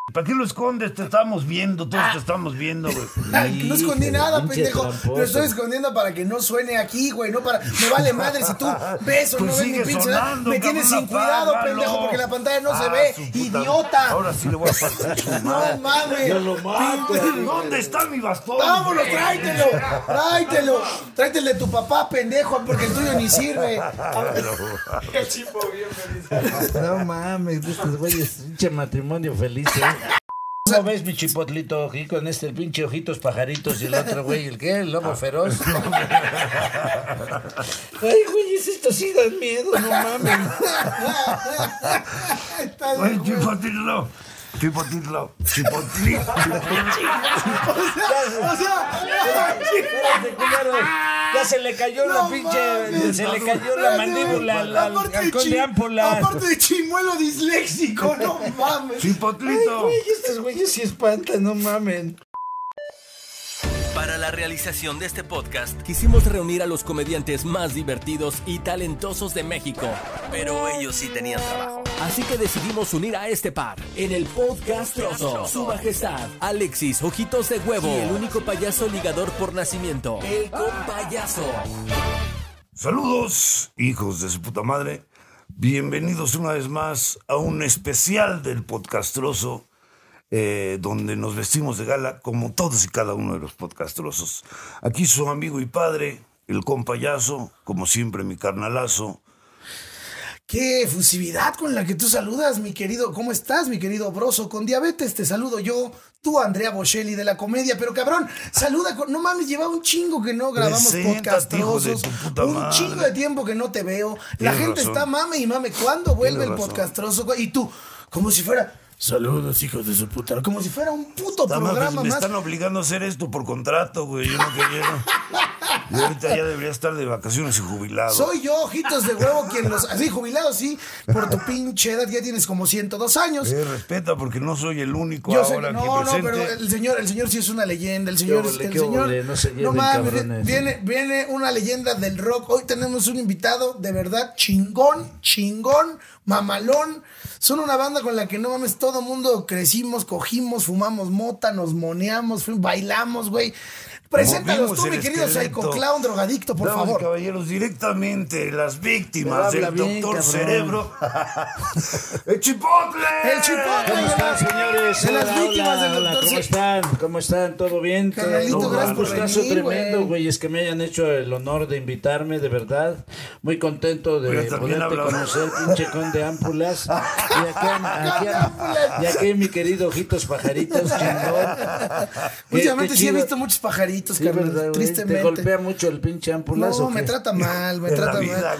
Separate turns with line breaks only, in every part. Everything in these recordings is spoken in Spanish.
¿Para qué lo escondes? Te estamos viendo, todos te estamos viendo, güey.
No escondí nada, pendejo. Lo estoy escondiendo para que no suene aquí, güey. No para. Me vale madre si tú ves o
Pues
no ves mi pinche. Me tienes sin cuidado, pendejo, porque la pantalla no se ve. ¡Idiota!
Ahora sí le voy a pasar su
No
madre.
mames.
Yo lo mato.
¿Dónde está mi bastón?
Vámonos, tráetelo. Tráetelo. Tráetelo de tu papá, pendejo, porque el tuyo ni sirve.
El Chipo bien feliz.
No mames, estos güeyes, pinche matrimonio feliz, ¿Cómo ves, mi chipotlito aquí con este el pinche ojitos pajaritos y el otro güey, el qué, el lobo feroz? Ay, güeyes, estos sí dan miedo, no mames.
Oye, Chipotlito. Chipotlito. Chipotlito.
O sea,
Espérate, culero. Ya se le cayó la pinche, se le cayó la mandíbula al halcón de ámpulas.
Aparte de chimuelo disléxico, no mames.
Chipotlito.
Güey, estos güeyes sí espantan, no mamen.
Para la realización de este podcast, quisimos reunir a los comediantes más divertidos y talentosos de México. Pero ellos sí tenían trabajo. Así que decidimos unir a este par en el podcast Trozo. Su majestad, Alexis Ojitos de Huevo. Y el único payaso ligador por nacimiento, el Compayazo.
Saludos, hijos de su puta madre. Bienvenidos una vez más a un especial del podcastroso, donde nos vestimos de gala como todos y cada uno de los podcastrosos. Aquí su amigo y padre, el Compayazo, como siempre mi carnalazo.
Qué efusividad con la que tú saludas, mi querido. ¿Cómo estás, mi querido Broso? Con diabetes te saludo yo, tú, Andrea Bocelli de la comedia. Pero cabrón, saluda con... No mames, lleva un chingo que no grabamos podcastrosos. Un chingo de tiempo que no te veo. La gente está mame y mame. ¿Cuándo vuelve el podcastroso? Y tú, como si fuera... Saludos, hijos de su puta. Como si fuera un puto programa
me
más.
están obligando a hacer esto por contrato, güey. Yo no quería. Y ahorita ya debería estar de vacaciones y jubilado.
Soy yo, Ojitos de Huevo, quien los... Así, jubilado, sí. Por tu pinche edad ya tienes como 102 años.
Respeta, porque no soy el único
Yo
ahora
sé,
que
no,
presente.
pero el señor sí es una leyenda. El señor,
no se lleven,
mames,
cabrones.
viene una leyenda del rock. Hoy tenemos un invitado de verdad chingón, mamalón. Son una banda con la que no mames, todo mundo crecimos, cogimos, fumamos mota, nos moneamos, bailamos, güey. Preséntalos tú, mi querido Psycho Clown drogadicto, por favor.
Caballeros, directamente las víctimas del Doctor Cerebro. ¡El Chipotle!
¡El Chipotle!
¿Cómo están, señores?
De las víctimas del
Hola,
Doctor
¿cómo están? ¿Cómo están? ¿Todo bien?
Carnalito, gracias por
Un gustazo
venir,
tremendo, güey. Es que me hayan hecho el honor de invitarme, de verdad. Muy contento de poderte conocer, pinche conde ámpulas. Y aquí mi querido Ojitos Pajaritos, chingón.
Últimamente sí he visto muchos pajaritos,
Sí,
Carlos,
verdad,
tristemente.
¿Te golpea mucho el pinche ámpulas?
No,
¿o qué?
me trata mal,
La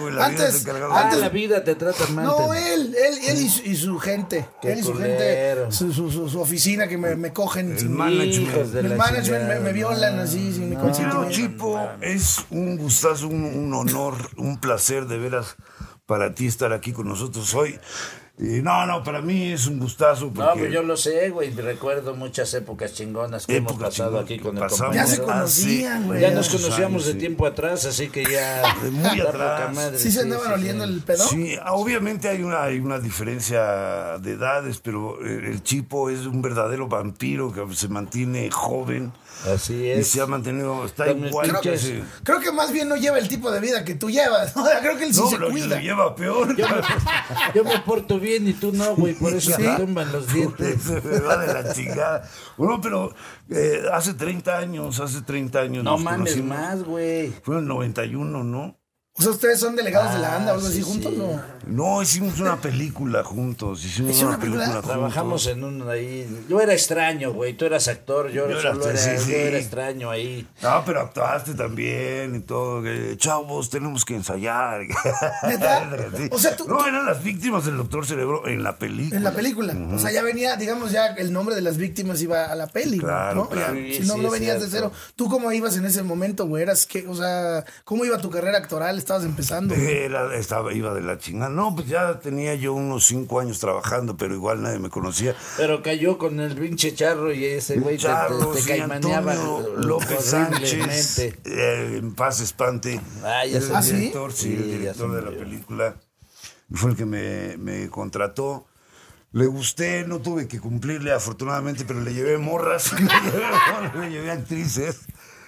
vida
Te trata mal.
No, él y su gente. Él y su
culero.
gente. Su oficina que me cogen.
El management.
El management me violan así, sin mi consentimiento.
Chipo, es un gustazo, un honor, un placer de veras para ti estar aquí con nosotros hoy. No, para mí es un gustazo.
No, pues yo lo sé, güey. Recuerdo muchas épocas chingonas que hemos pasado aquí con el compañero.
Ya se conocían, güey.
Ya nos conocíamos de tiempo atrás, así que ya...
De muy atrás.
Madre,
¿Sí se andaban oliendo el pedo?
Sí, obviamente hay una diferencia de edades, pero el Chipo es un verdadero vampiro que se mantiene joven.
Así es.
Y se ha mantenido, está
Con
igual.
Creo que más bien no lleva el tipo de vida que tú llevas. ¿No? Creo que él sí se cuida.
Lo lleva peor.
Yo me porto bien y tú no, güey, por eso te tumban los dientes.
Se me va de la chingada. Bueno, pero hace 30 años
No
nos
mames
conocimos.
más, güey.
Fue en el 91, ¿no?
O sea, ¿ustedes son delegados de la ANDA o algo así
sí,
juntos?
sí.
No, hicimos una película juntos. Hicimos
¿Hicieron
una
una película?
película juntos.
Trabajamos en un ahí. Yo era extraño, güey. Tú eras actor, yo
Yo
solo
era-
era,
sí,
yo
sí.
era extraño ahí.
No, pero actuaste también y todo. Chavos, tenemos que ensayar.
¿Neta?
Sí.
O sea, tú-
No, eran las víctimas del Doctor Cerebro en la película.
En la película. O sea, ya venía, digamos, ya el nombre de las víctimas iba a la peli,
Claro,
¿no?
claro.
Ya,
Sí,
si no,
sí,
no venías de
cierto.
cero. ¿Tú cómo ibas en ese momento, güey? ¿Eras qué? O sea, ¿cómo iba tu carrera actoral? ¿Estabas empezando?
Iba de la chingada. No, pues ya tenía yo unos 5 años trabajando, pero igual nadie me conocía.
Pero cayó con el pinche charro y ese güey
Charro,
te
sí,
caimaneaba
Antonio López Sánchez,
horriblemente.
en paz espante.
Ah, ya
el
sé.
director,
Sí,
el
ya
director
se
de la
murió.
película. Y fue el que me contrató. Le gusté, no tuve que cumplirle afortunadamente, pero le llevé morras, le llevé actrices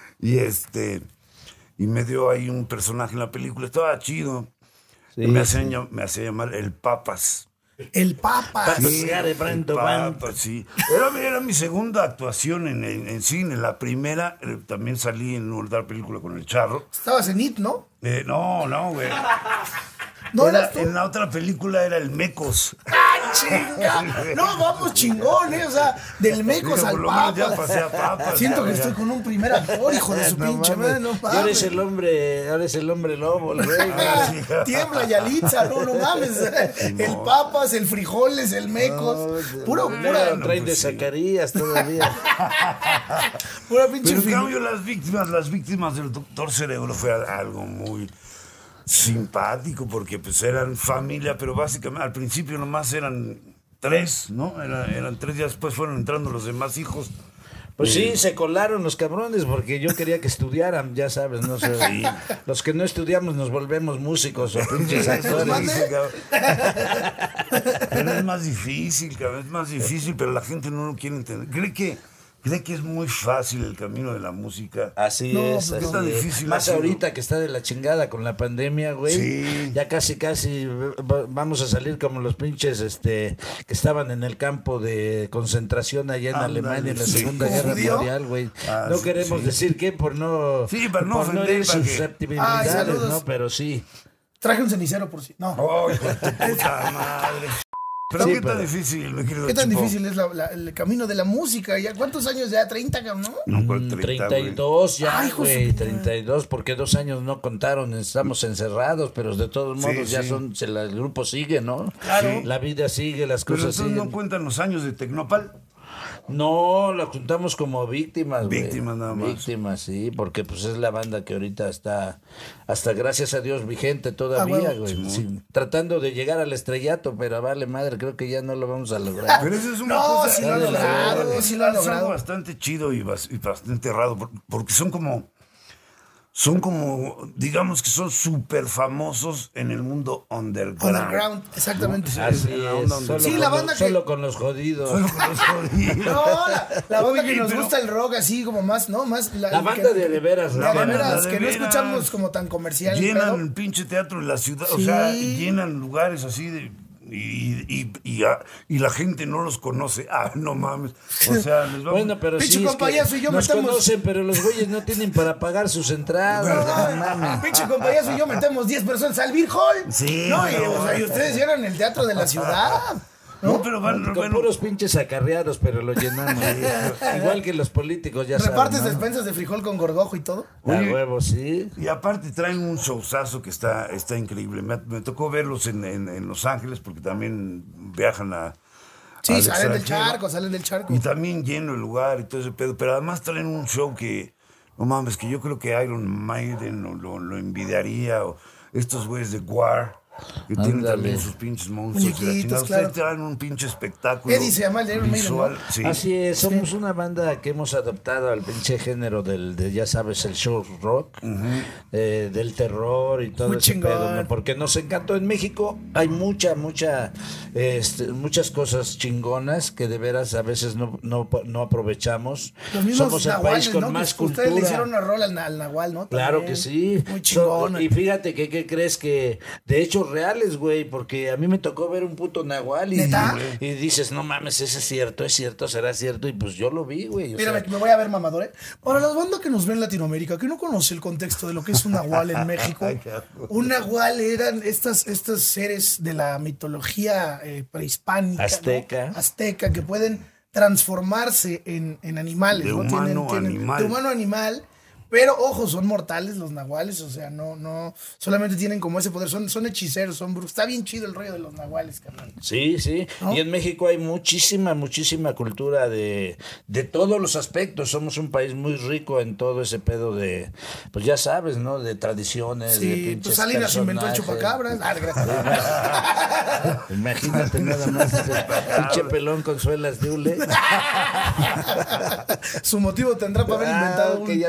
y me dio ahí un personaje en la película, estaba chido.
Sí,
me hacía llamar el Papas.
El Papa.
Sí, de pronto,
Papas, sí. Era mi segunda actuación en cine. La primera, también salí en otra película con el Charro.
Estabas en IT, ¿no?
No, güey.
¿No eras tú?
En la otra película era el Mecos.
¡Ah, chinga! No, vamos chingón, ¿eh? O sea, del Mecos al
por lo menos ya
Papa.
pasé a Papas.
Siento que
ya.
estoy con un primer actor, hijo de su pinche madre, no
Y ahora
mames.
es el hombre lobo, el güey.
Ah, Tiembla Yalitza, no mames. El Papas, el Frijoles, el Mecos. Pura
Traen de
pues sí.
Zacarías todavía.
pinche
Pero en
film.
cambio las víctimas del Doctor Cerebro fue algo muy simpático porque pues eran familia, pero básicamente al principio nomás eran 3, ¿no? Eran 3, ya después fueron entrando los demás hijos.
Pues sí, se colaron los cabrones porque yo quería que estudiaran, ya sabes, no sé. Los que no estudiamos nos volvemos músicos o pinches actores.
Pero es más difícil, cabrón, es más difícil, pero la gente no lo quiere entender. Cree que es muy fácil el camino de la música.
Así
No,
es,
pues
así
no.
es.
Está difícil
Más
hacerlo.
ahorita que está de la chingada con la pandemia, güey.
Sí.
Ya casi vamos a salir como los pinches que estaban en el campo de concentración allá en
Ándale,
Alemania en la
sí.
Segunda Guerra
¿Judío?
Mundial, güey.
Ah,
No
sí,
queremos
sí.
decir qué por no,
Sí, para no
por no
ofender,
herir
para que-
susceptibilidades,
Ay, saludos.
¿no? Pero sí.
Traje un cenicero por si. No.
¡Ay, hijo de tu puta madre! Pero
Sí,
qué tan
pero-
difícil, mi querido
¿Qué tan
Chipo?
difícil es el camino de la música? ¿Ya cuántos años ya? ¿30, cabrón? ¿No?
No, ¿cuál 30, güey?
32 ya,
Ay, hijo de
güey,
su puta.
32, porque 2 años no contaron, estamos encerrados, pero de todos
Sí,
modos ya
sí.
el grupo sigue, ¿no?
Claro.
La vida sigue, las
Pero
cosas
entonces no
siguen.
cuentan los años de Tecnopal.
No, la juntamos como víctimas, güey.
Víctimas nada más.
Víctimas, sí, porque pues es la banda que ahorita está, hasta gracias a Dios, vigente todavía,
huevo.
güey. Sí, tratando de llegar al estrellato, pero vale madre, creo que ya no lo vamos a lograr.
Pero eso es una
No,
cosa...
sí lo han logrado, sí lo han
Es algo
logrado.
bastante chido y bastante raro, porque son como, digamos que son súper famosos en el mundo underground.
Underground, exactamente.
Así
en la
es,
onda donde-
Sí, la banda que-
solo con los jodidos.
Solo con los jodidos.
No, la banda
Oye,
que nos
pero-
gusta el rock así como más, ¿no? Más
La banda de veras,
La
la
de
banda
veras,
de
que no
veras.
escuchamos como tan comercial. el
Llenan
pedo.
el pinche teatro en la ciudad, o
Sí.
sea, llenan lugares así de... Y la gente no los conoce. Ah, no mames. O sea, les vamos...
Bueno, pero
Pinche
sí, es que
compayazo y yo
nos
metemos-
conocen, pero los güeyes no tienen para pagar sus entradas. No mames.
Pinche compayazo y yo metemos 10 personas al Beer Hall.
Sí,
No, y,
pero-
o sea, y ustedes llenan el teatro de la ciudad.
No, pero van,
Con
bueno,
puros pinches acarreados, pero lo llenamos. Igual que los políticos, ya
Repartes
saben, ¿no?
despensas de frijol con gorgojo y todo.
A
Oye,
huevo, sí.
y aparte traen un showzazo que está increíble. Me tocó verlos en Los Ángeles porque también viajan a...
Sí,
al
salen del
extranjero.
charco, salen del charco.
Y también lleno el lugar y todo ese pedo. Pero además traen un show que, no mames, que yo creo que Iron Maiden lo envidiaría. O estos güeyes de War, que tienen
Ándale.
también sus pinches monstruos. y la
Muñequitos,
chingada.
claro.
Ustedes traen un pinche espectáculo.
Eddie se llama el de Iron Maiden,
visual.
¿no?
Sí.
Así es, somos una banda que hemos adoptado al pinche género de ya sabes, el show rock, del terror y todo
Muy
ese
chingón.
pedo, ¿no? Porque nos encantó. En México hay muchas cosas chingonas que de veras a veces no aprovechamos.
Los mismos
Somos el
nahuales,
país con
¿no?
más
Que
cultura.
ustedes le hicieron una rola al nahual, ¿no?
Claro
También.
que sí.
Muy chingona.
Y fíjate que, ¿qué crees? Que de hechos reales, güey, porque a mí me tocó ver un puto nahual y
¿Neta?
dices, no mames, ese es cierto, será cierto, y pues yo lo vi, güey. o
Mírame,
sea,
que me voy a ver mamador, ¿eh? Para las bandas que nos ven en Latinoamérica, que no conoce el contexto de lo que es un nahual en México, un nahual eran estos seres de la mitología prehispánica, ¿no? Azteca, que pueden transformarse en animales,
De
¿no?
humano a animal.
De humano a animal. Pero, ojo, son mortales los nahuales, o sea, no, solamente tienen como ese poder, son hechiceros, son brujos. Está bien chido el rollo de los nahuales, carnal.
Sí, sí.
¿No?
Y en México hay muchísima cultura de todos los aspectos. Somos un país muy rico en todo ese pedo de, pues ya sabes, ¿no? De tradiciones, de
Sí,
pinches
pues Salinas inventó el
personajes.
chupacabras. Ah, gracias.
Imagínate nada más ese pinche pelón con suelas de hule.
Su motivo tendrá para haber inventado
Que ya me agarraste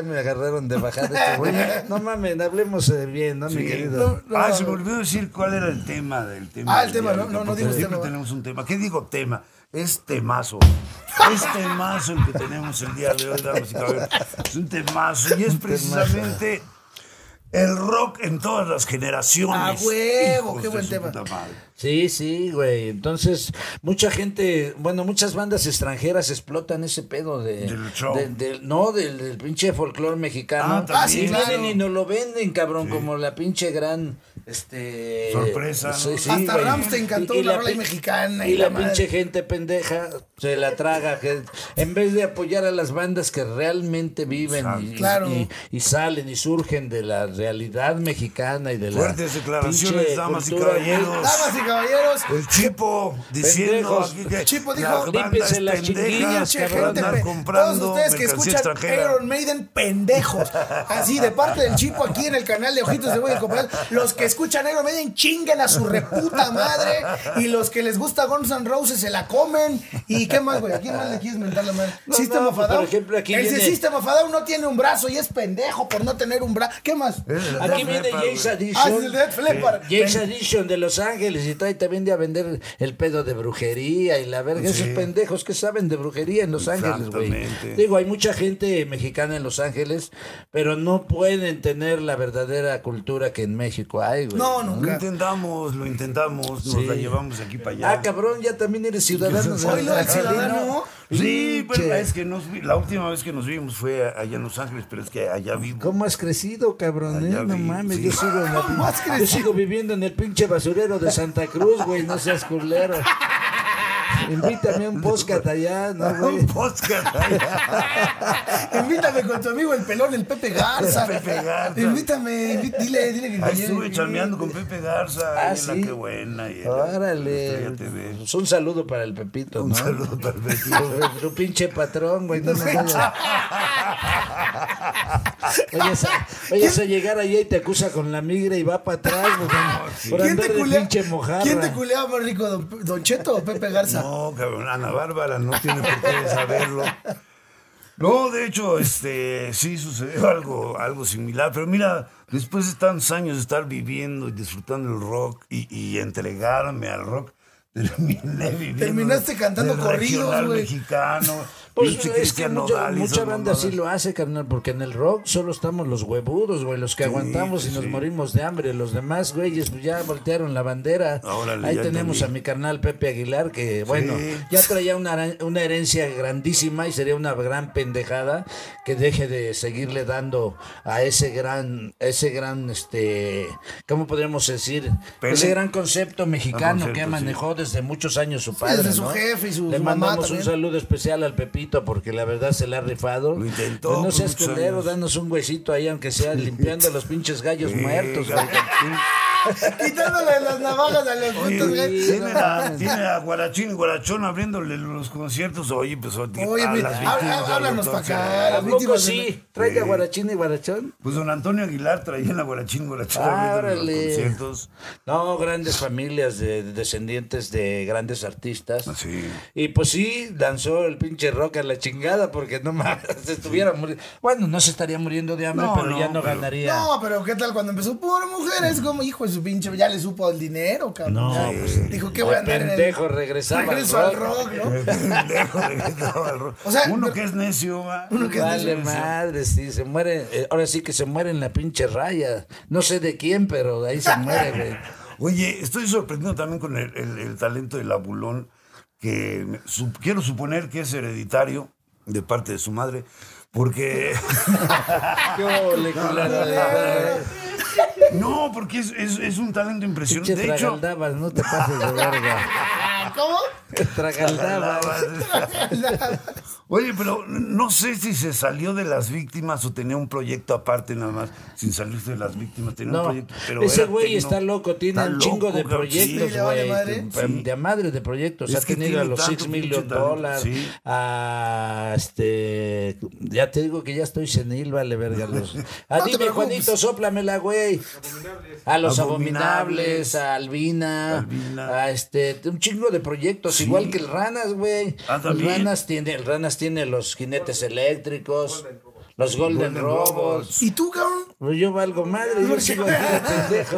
agarraron de bajada. Güey. No mames, hablemos bien, ¿no, mi querido?
Se me olvidó decir cuál era el tema del tema.
El tema, no digo
siempre
tema.
tenemos un tema. ¿Qué digo tema? Es temazo. Es temazo el que tenemos el día de hoy, damas y caballeros. Es un temazo y es precisamente el rock en todas las generaciones.
Huevo!
Hijos
¡Qué
de
buen
su
tema!
puta madre.
Sí, güey. Entonces, mucha gente, bueno, muchas bandas extranjeras explotan ese pedo
Del show.
del pinche folclore mexicano.
También.
Y
claro.
vienen y nos lo venden, cabrón, como la pinche gran
sorpresa, ¿no?
Sí,
Hasta
güey.
Rammstein cantó
Y
una
la
rola
pin-
mexicana.
Y la
madre.
pinche gente pendeja se la traga, que en vez de apoyar a las bandas que realmente viven
Claro.
y salen y surgen de la realidad mexicana y de la
Fuertes declaraciones,
pinche
damas y
cultura,
caballeros.
Damas y caballeros,
El Chipo diciendo
Pendejos.
aquí que
Chipo dijo,
la banda
límpiense
es
las
pendeja,
chinguillas,
pinche
cabrón,
gente,
andar
todos
comprando
ustedes que
mercancía
escuchan
extranjera.
Iron Maiden, pendejos. Así, de parte del Chipo aquí en el canal de Ojitos de Güey de Copal, los que escuchan Iron Maiden chinguen a su reputa madre. Y los que les gusta Guns N' Roses se la comen. ¿Y qué más, güey? ¿A quién más le quieres mentar la madre?
No,
System
no,
of
pues,
a Down.
por ejemplo, aquí
El
viene-
System of a Down no tiene un brazo y es pendejo por no tener un brazo. ¿Qué más?
Aquí viene James
Es el
Addiction.
Dead Leppard.
James Addiction de Los Ángeles y trae también de a vender el pedo de brujería y la verga. Esos pendejos que saben de brujería en Los Ángeles, güey.
Exactamente.
Digo, hay mucha gente mexicana en Los Ángeles, pero no pueden tener la verdadera cultura que en México hay, güey.
No,
Lo
nunca.
intentamos, nos la llevamos de aquí para allá.
Ah, cabrón, ya también eres ciudadano.
Oílo, el ciudadano.
Sí, pero
Pinche.
es que la última vez que nos vimos fue allá en Los Ángeles, pero es que allá vivo.
¿Cómo has crecido, cabrón?
Allá
No
vi,
mames,
sí.
yo sigo en
¿Cómo has
yo
crecido?
sigo viviendo en el pinche basurero de Santa Cruz, güey, no seas culero. Invítame a un podcast allá, ¿no, güey?
Un podcast allá.
Invítame con tu amigo el pelón, el Pepe Garza.
El Pepe Garza.
Invítame, dile que
Ahí estuve chameando con Pepe Garza,
Ah,
ahí en
¿sí?
la Qué Buena. Y en la
Órale.
Estrella TV.
Pues un saludo para el Pepito,
Un
¿no?
saludo para el Pepito.
Tu pinche patrón, güey. No me vayas. Vayas a llegar allá y te acusa con la migra y va para atrás, güey. Por
¿Quién
andar
te
de
culea?
pinche mojarra.
¿Quién te culeaba más rico, don Cheto o Pepe Garza?
No, cabrón, Ana Bárbara no tiene por qué saberlo. No, de hecho, sí sucedió algo similar, pero mira, después de tantos años de estar viviendo y disfrutando el rock y entregarme al rock, terminé viviendo
Terminaste cantando
del
corridos,
regional
güey.
mexicano,
Pues
pinche
es que
Cristian
mucha
Nodal y
banda
esas
sí
mamadas.
lo hace, carnal, porque en el rock solo estamos los huevudos, güey, los que aguantamos y nos morimos de hambre. Los demás, güeyes, pues ya voltearon la bandera.
Órale,
Ahí
ya
tenemos
entendí.
a mi carnal Pepe Aguilar, que, bueno, ya traía una herencia grandísima y sería una gran pendejada que deje de seguirle dando a ese gran, ¿cómo podríamos decir?
Pene.
Ese gran concepto mexicano
concepto,
que
sí.
manejó desde muchos años su padre,
desde su
¿no?
jefe y su
Le
mamá
mandamos un
también.
saludo especial al Pepito porque la verdad se le ha rifado.
Lo intentó
Pues no
por
seas
muchos
culero,
años.
danos un huesito ahí, aunque sea limpiando los pinches gallos muertos, güey.
Quitándole las navajas a los
Oye,
putos, güey.
tiene a Guarachín y Guarachón abriéndole los conciertos. Oye, pues
Oye,
a las víctimas del
háblanos
doctor
para acá.
Cerebral.
¿A
Las
poco
víctimas de-
sí? ¿Traiga Guarachín y Guarachón?
Pues don Antonio Aguilar traía a Guarachín y Guarachón
Ah,
abriéndole los
órale.
conciertos.
No, grandes familias de descendientes de grandes artistas.
Sí.
Y pues sí, lanzó el pinche rock a la chingada porque no más se estuviera muriendo. Bueno, no se estaría muriendo de hambre,
No,
pero ya no
pero-
ganaría.
No, pero ¿qué tal cuando empezó? Por mujeres, como hijo de su pinche, ya le supo el dinero, cabrón.
No,
Ya,
pues,
dijo que voy a
el
andar en el...
pendejo regresaba al
Regreso al
rock.
rock, ¿no?
El pendejo regresaba al rock.
O sea,
uno
pero-
que es necio, va.
Uno que es
Vale
necio.
madre, sí, se muere. Ahora sí que se muere en la pinche raya. No sé de quién, pero ahí se muere, güey.
Oye, estoy sorprendido también con el talento del Abulón, que quiero suponer que es hereditario de parte de su madre, porque...
Qué ole, culero.
No, porque es un talento impresionante.
Pinche
De hecho,
tragaldabas, no te pases de verga.
¿Cómo?
Tragaldabas.
oye, pero no sé si se salió de las víctimas o tenía un proyecto aparte nada más, sin salirse de las víctimas, tenía un
No,
proyecto. Pero
ese
era
güey
tecno-
está loco, tiene
está
un chingo
loco,
de
cabrón,
proyectos,
sí, le vale
güey.
madre.
Sí.
De madre de proyectos.
Es
Ha
que
tenido a
tiene
los
tanto
6
pinche
million
talento,
dólares,
sí.
a ya te digo que ya estoy senil, vale verga.
No te
Dime,
preocupes.
Juanito, sóplamela, güey. A los abominables, a Albina,
Albina.
a un chingo de proyectos, igual que el Ranas, güey.
Ah,
el
¿también?
Ranas tiene los jinetes eléctricos. Los Golden Robots.
¿Y tú, cabrón?
Pues yo valgo madre, yo sigo aquí de pendejo.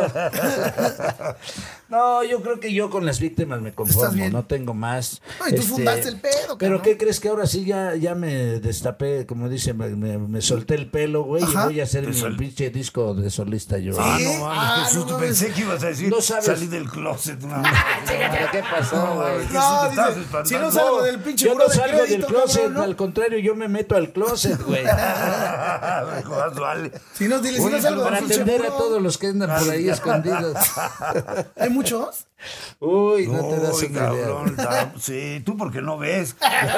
No, yo creo que yo con las víctimas me conformo, no tengo más.
No, y tú fundaste el pedo, cabrón.
Pero ¿qué crees que ahora sí ya me destapé, como dice, me solté el pelo, güey, y voy a hacer mi pinche disco de solista yo.
No mames, qué susto, pensé que ibas a decir,
no sabes.
Salí del closet.
¿Qué pasó, güey?
No, dice, si no salgo del pinche
yo
buró
no
de
salgo
crédito,
del closet,
cabrón, ¿no?
al contrario, yo me meto al closet, güey.
Si no, dile, si no salgo
Para
del pinche
atender a
buró.
todos los que andan por ahí escondidos.
¿Hay muchos?
Uy, no te das una
cabrón,
idea.
Sí, tú porque no ves.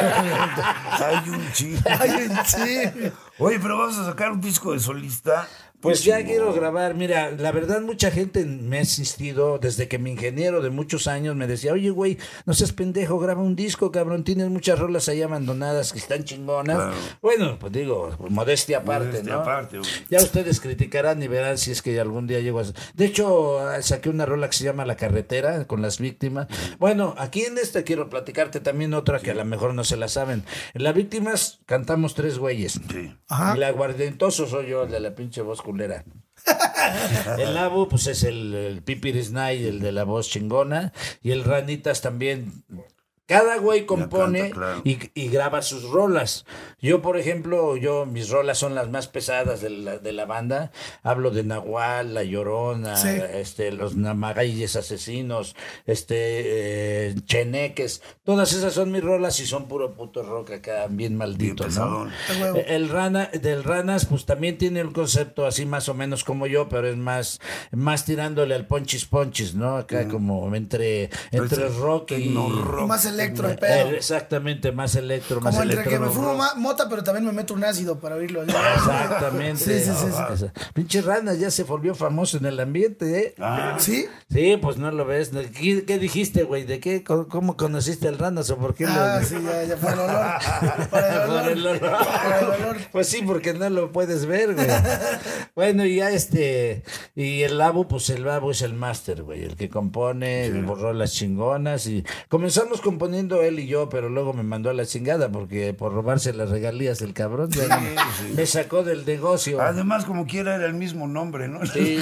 Hay un chico. Oye, pero vamos a sacar un disco de solista.
Pues ya quiero grabar. Mira, la verdad mucha gente me ha insistido desde que mi ingeniero de muchos años me decía, oye, güey, no seas pendejo, graba un disco, cabrón, tienes muchas rolas ahí abandonadas que están chingonas. Claro. Bueno, pues digo, modestia aparte, ¿no? Ya ustedes criticarán y verán si es que algún día llego a... De hecho, saqué una rola que se llama La Carretera, con las víctimas. Bueno, aquí en esta quiero platicarte también otra que a lo mejor no se la saben. En Las Víctimas cantamos 3 güeyes. Sí.
Ajá.
Y la aguardentoso soy yo, el de la pinche voz culera. El Nabo, pues es el Pipiris Night, el de la voz chingona. Y el Ranitas también. Cada güey compone y graba sus rolas. Yo, por ejemplo, mis rolas son las más pesadas de la banda. Hablo de Nahual, La Llorona, los Namagayes Asesinos, Cheneques. Todas esas son mis rolas y son puro puto rock acá, bien maldito, ¿no? El del Ranas, pues también tiene un concepto así más o menos como yo, pero es más tirándole al ponchis, ¿no? Acá como entre rock y...
Más electro el pedo.
Exactamente, más electro,
como
más
entre
electro.
que me fumo mota, pero también me meto un ácido para oírlo.
Exactamente. Sí. Pinche Rana ya se volvió famoso en el ambiente, ¿eh?
¿Sí?
Sí, pues no lo ves. ¿Qué dijiste, güey? ¿De qué? ¿Cómo conociste al Ranas o por qué?
Sí, ya por el olor. Por el olor.
Pues sí, porque no lo puedes ver, güey. Bueno, y ya y el Labo, pues el Labo es el máster, güey, el que compone, borró las chingonas y comenzamos componiendo él y yo, pero luego me mandó a la chingada porque por robarse las regalías el cabrón ya me sacó del negocio.
Además, como quiera, era el mismo nombre, ¿no?
Sí.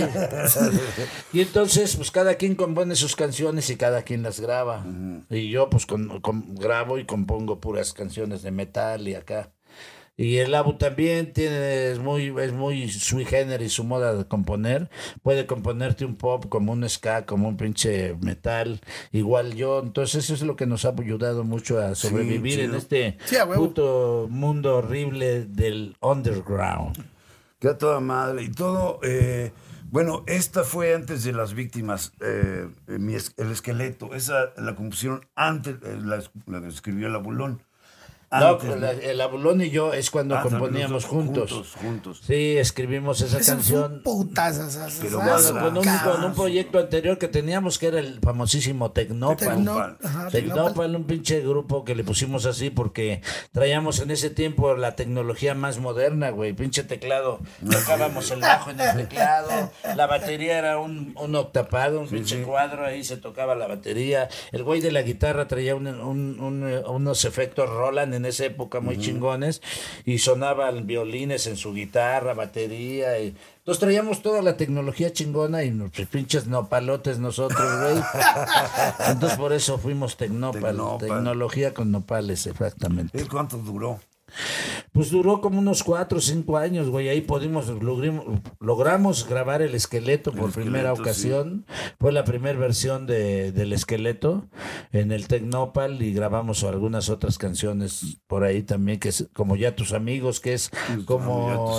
Y entonces, pues cada quien compone sus canciones y cada quien las graba. Y yo, pues grabo y compongo puras canciones de metal y acá. Y el Abu también es muy sui generis su moda de componer. Puede componerte un pop como un ska, como un pinche metal, igual yo. Entonces eso es lo que nos ha ayudado mucho a sobrevivir en este puto mundo horrible del underground.
Que a toda madre. Y todo, bueno, esta fue antes de Las Víctimas, el esqueleto. Esa la compusieron antes, la escribió el Abulón.
Antes, no, el Abulón y yo es cuando componíamos juntos. Sí, escribimos esa canción.
Pero
con un proyecto anterior que teníamos que era el famosísimo Tecnopal. Tecnopal, un pinche grupo que le pusimos así porque traíamos en ese tiempo la tecnología más moderna, güey. Pinche teclado. Tocábamos el bajo en el teclado. La batería era un octapado, un pinche cuadro. Ahí se tocaba la batería. El güey de la guitarra traía unos efectos Roland en esa época muy chingones y sonaban violines en su guitarra, batería y entonces traíamos toda la tecnología chingona y nuestros pinches nopalotes nosotros, güey. Entonces por eso fuimos Tecnopal. Tecnología con nopales, exactamente.
¿Y cuánto duró?
Pues duró como unos 4 o 5 años, güey. Ahí logramos grabar el esqueleto por primera ocasión. Sí. Fue la primera versión del esqueleto en el Tecnopal y grabamos algunas otras canciones por ahí también, que es como Ya Tus Amigos, que es como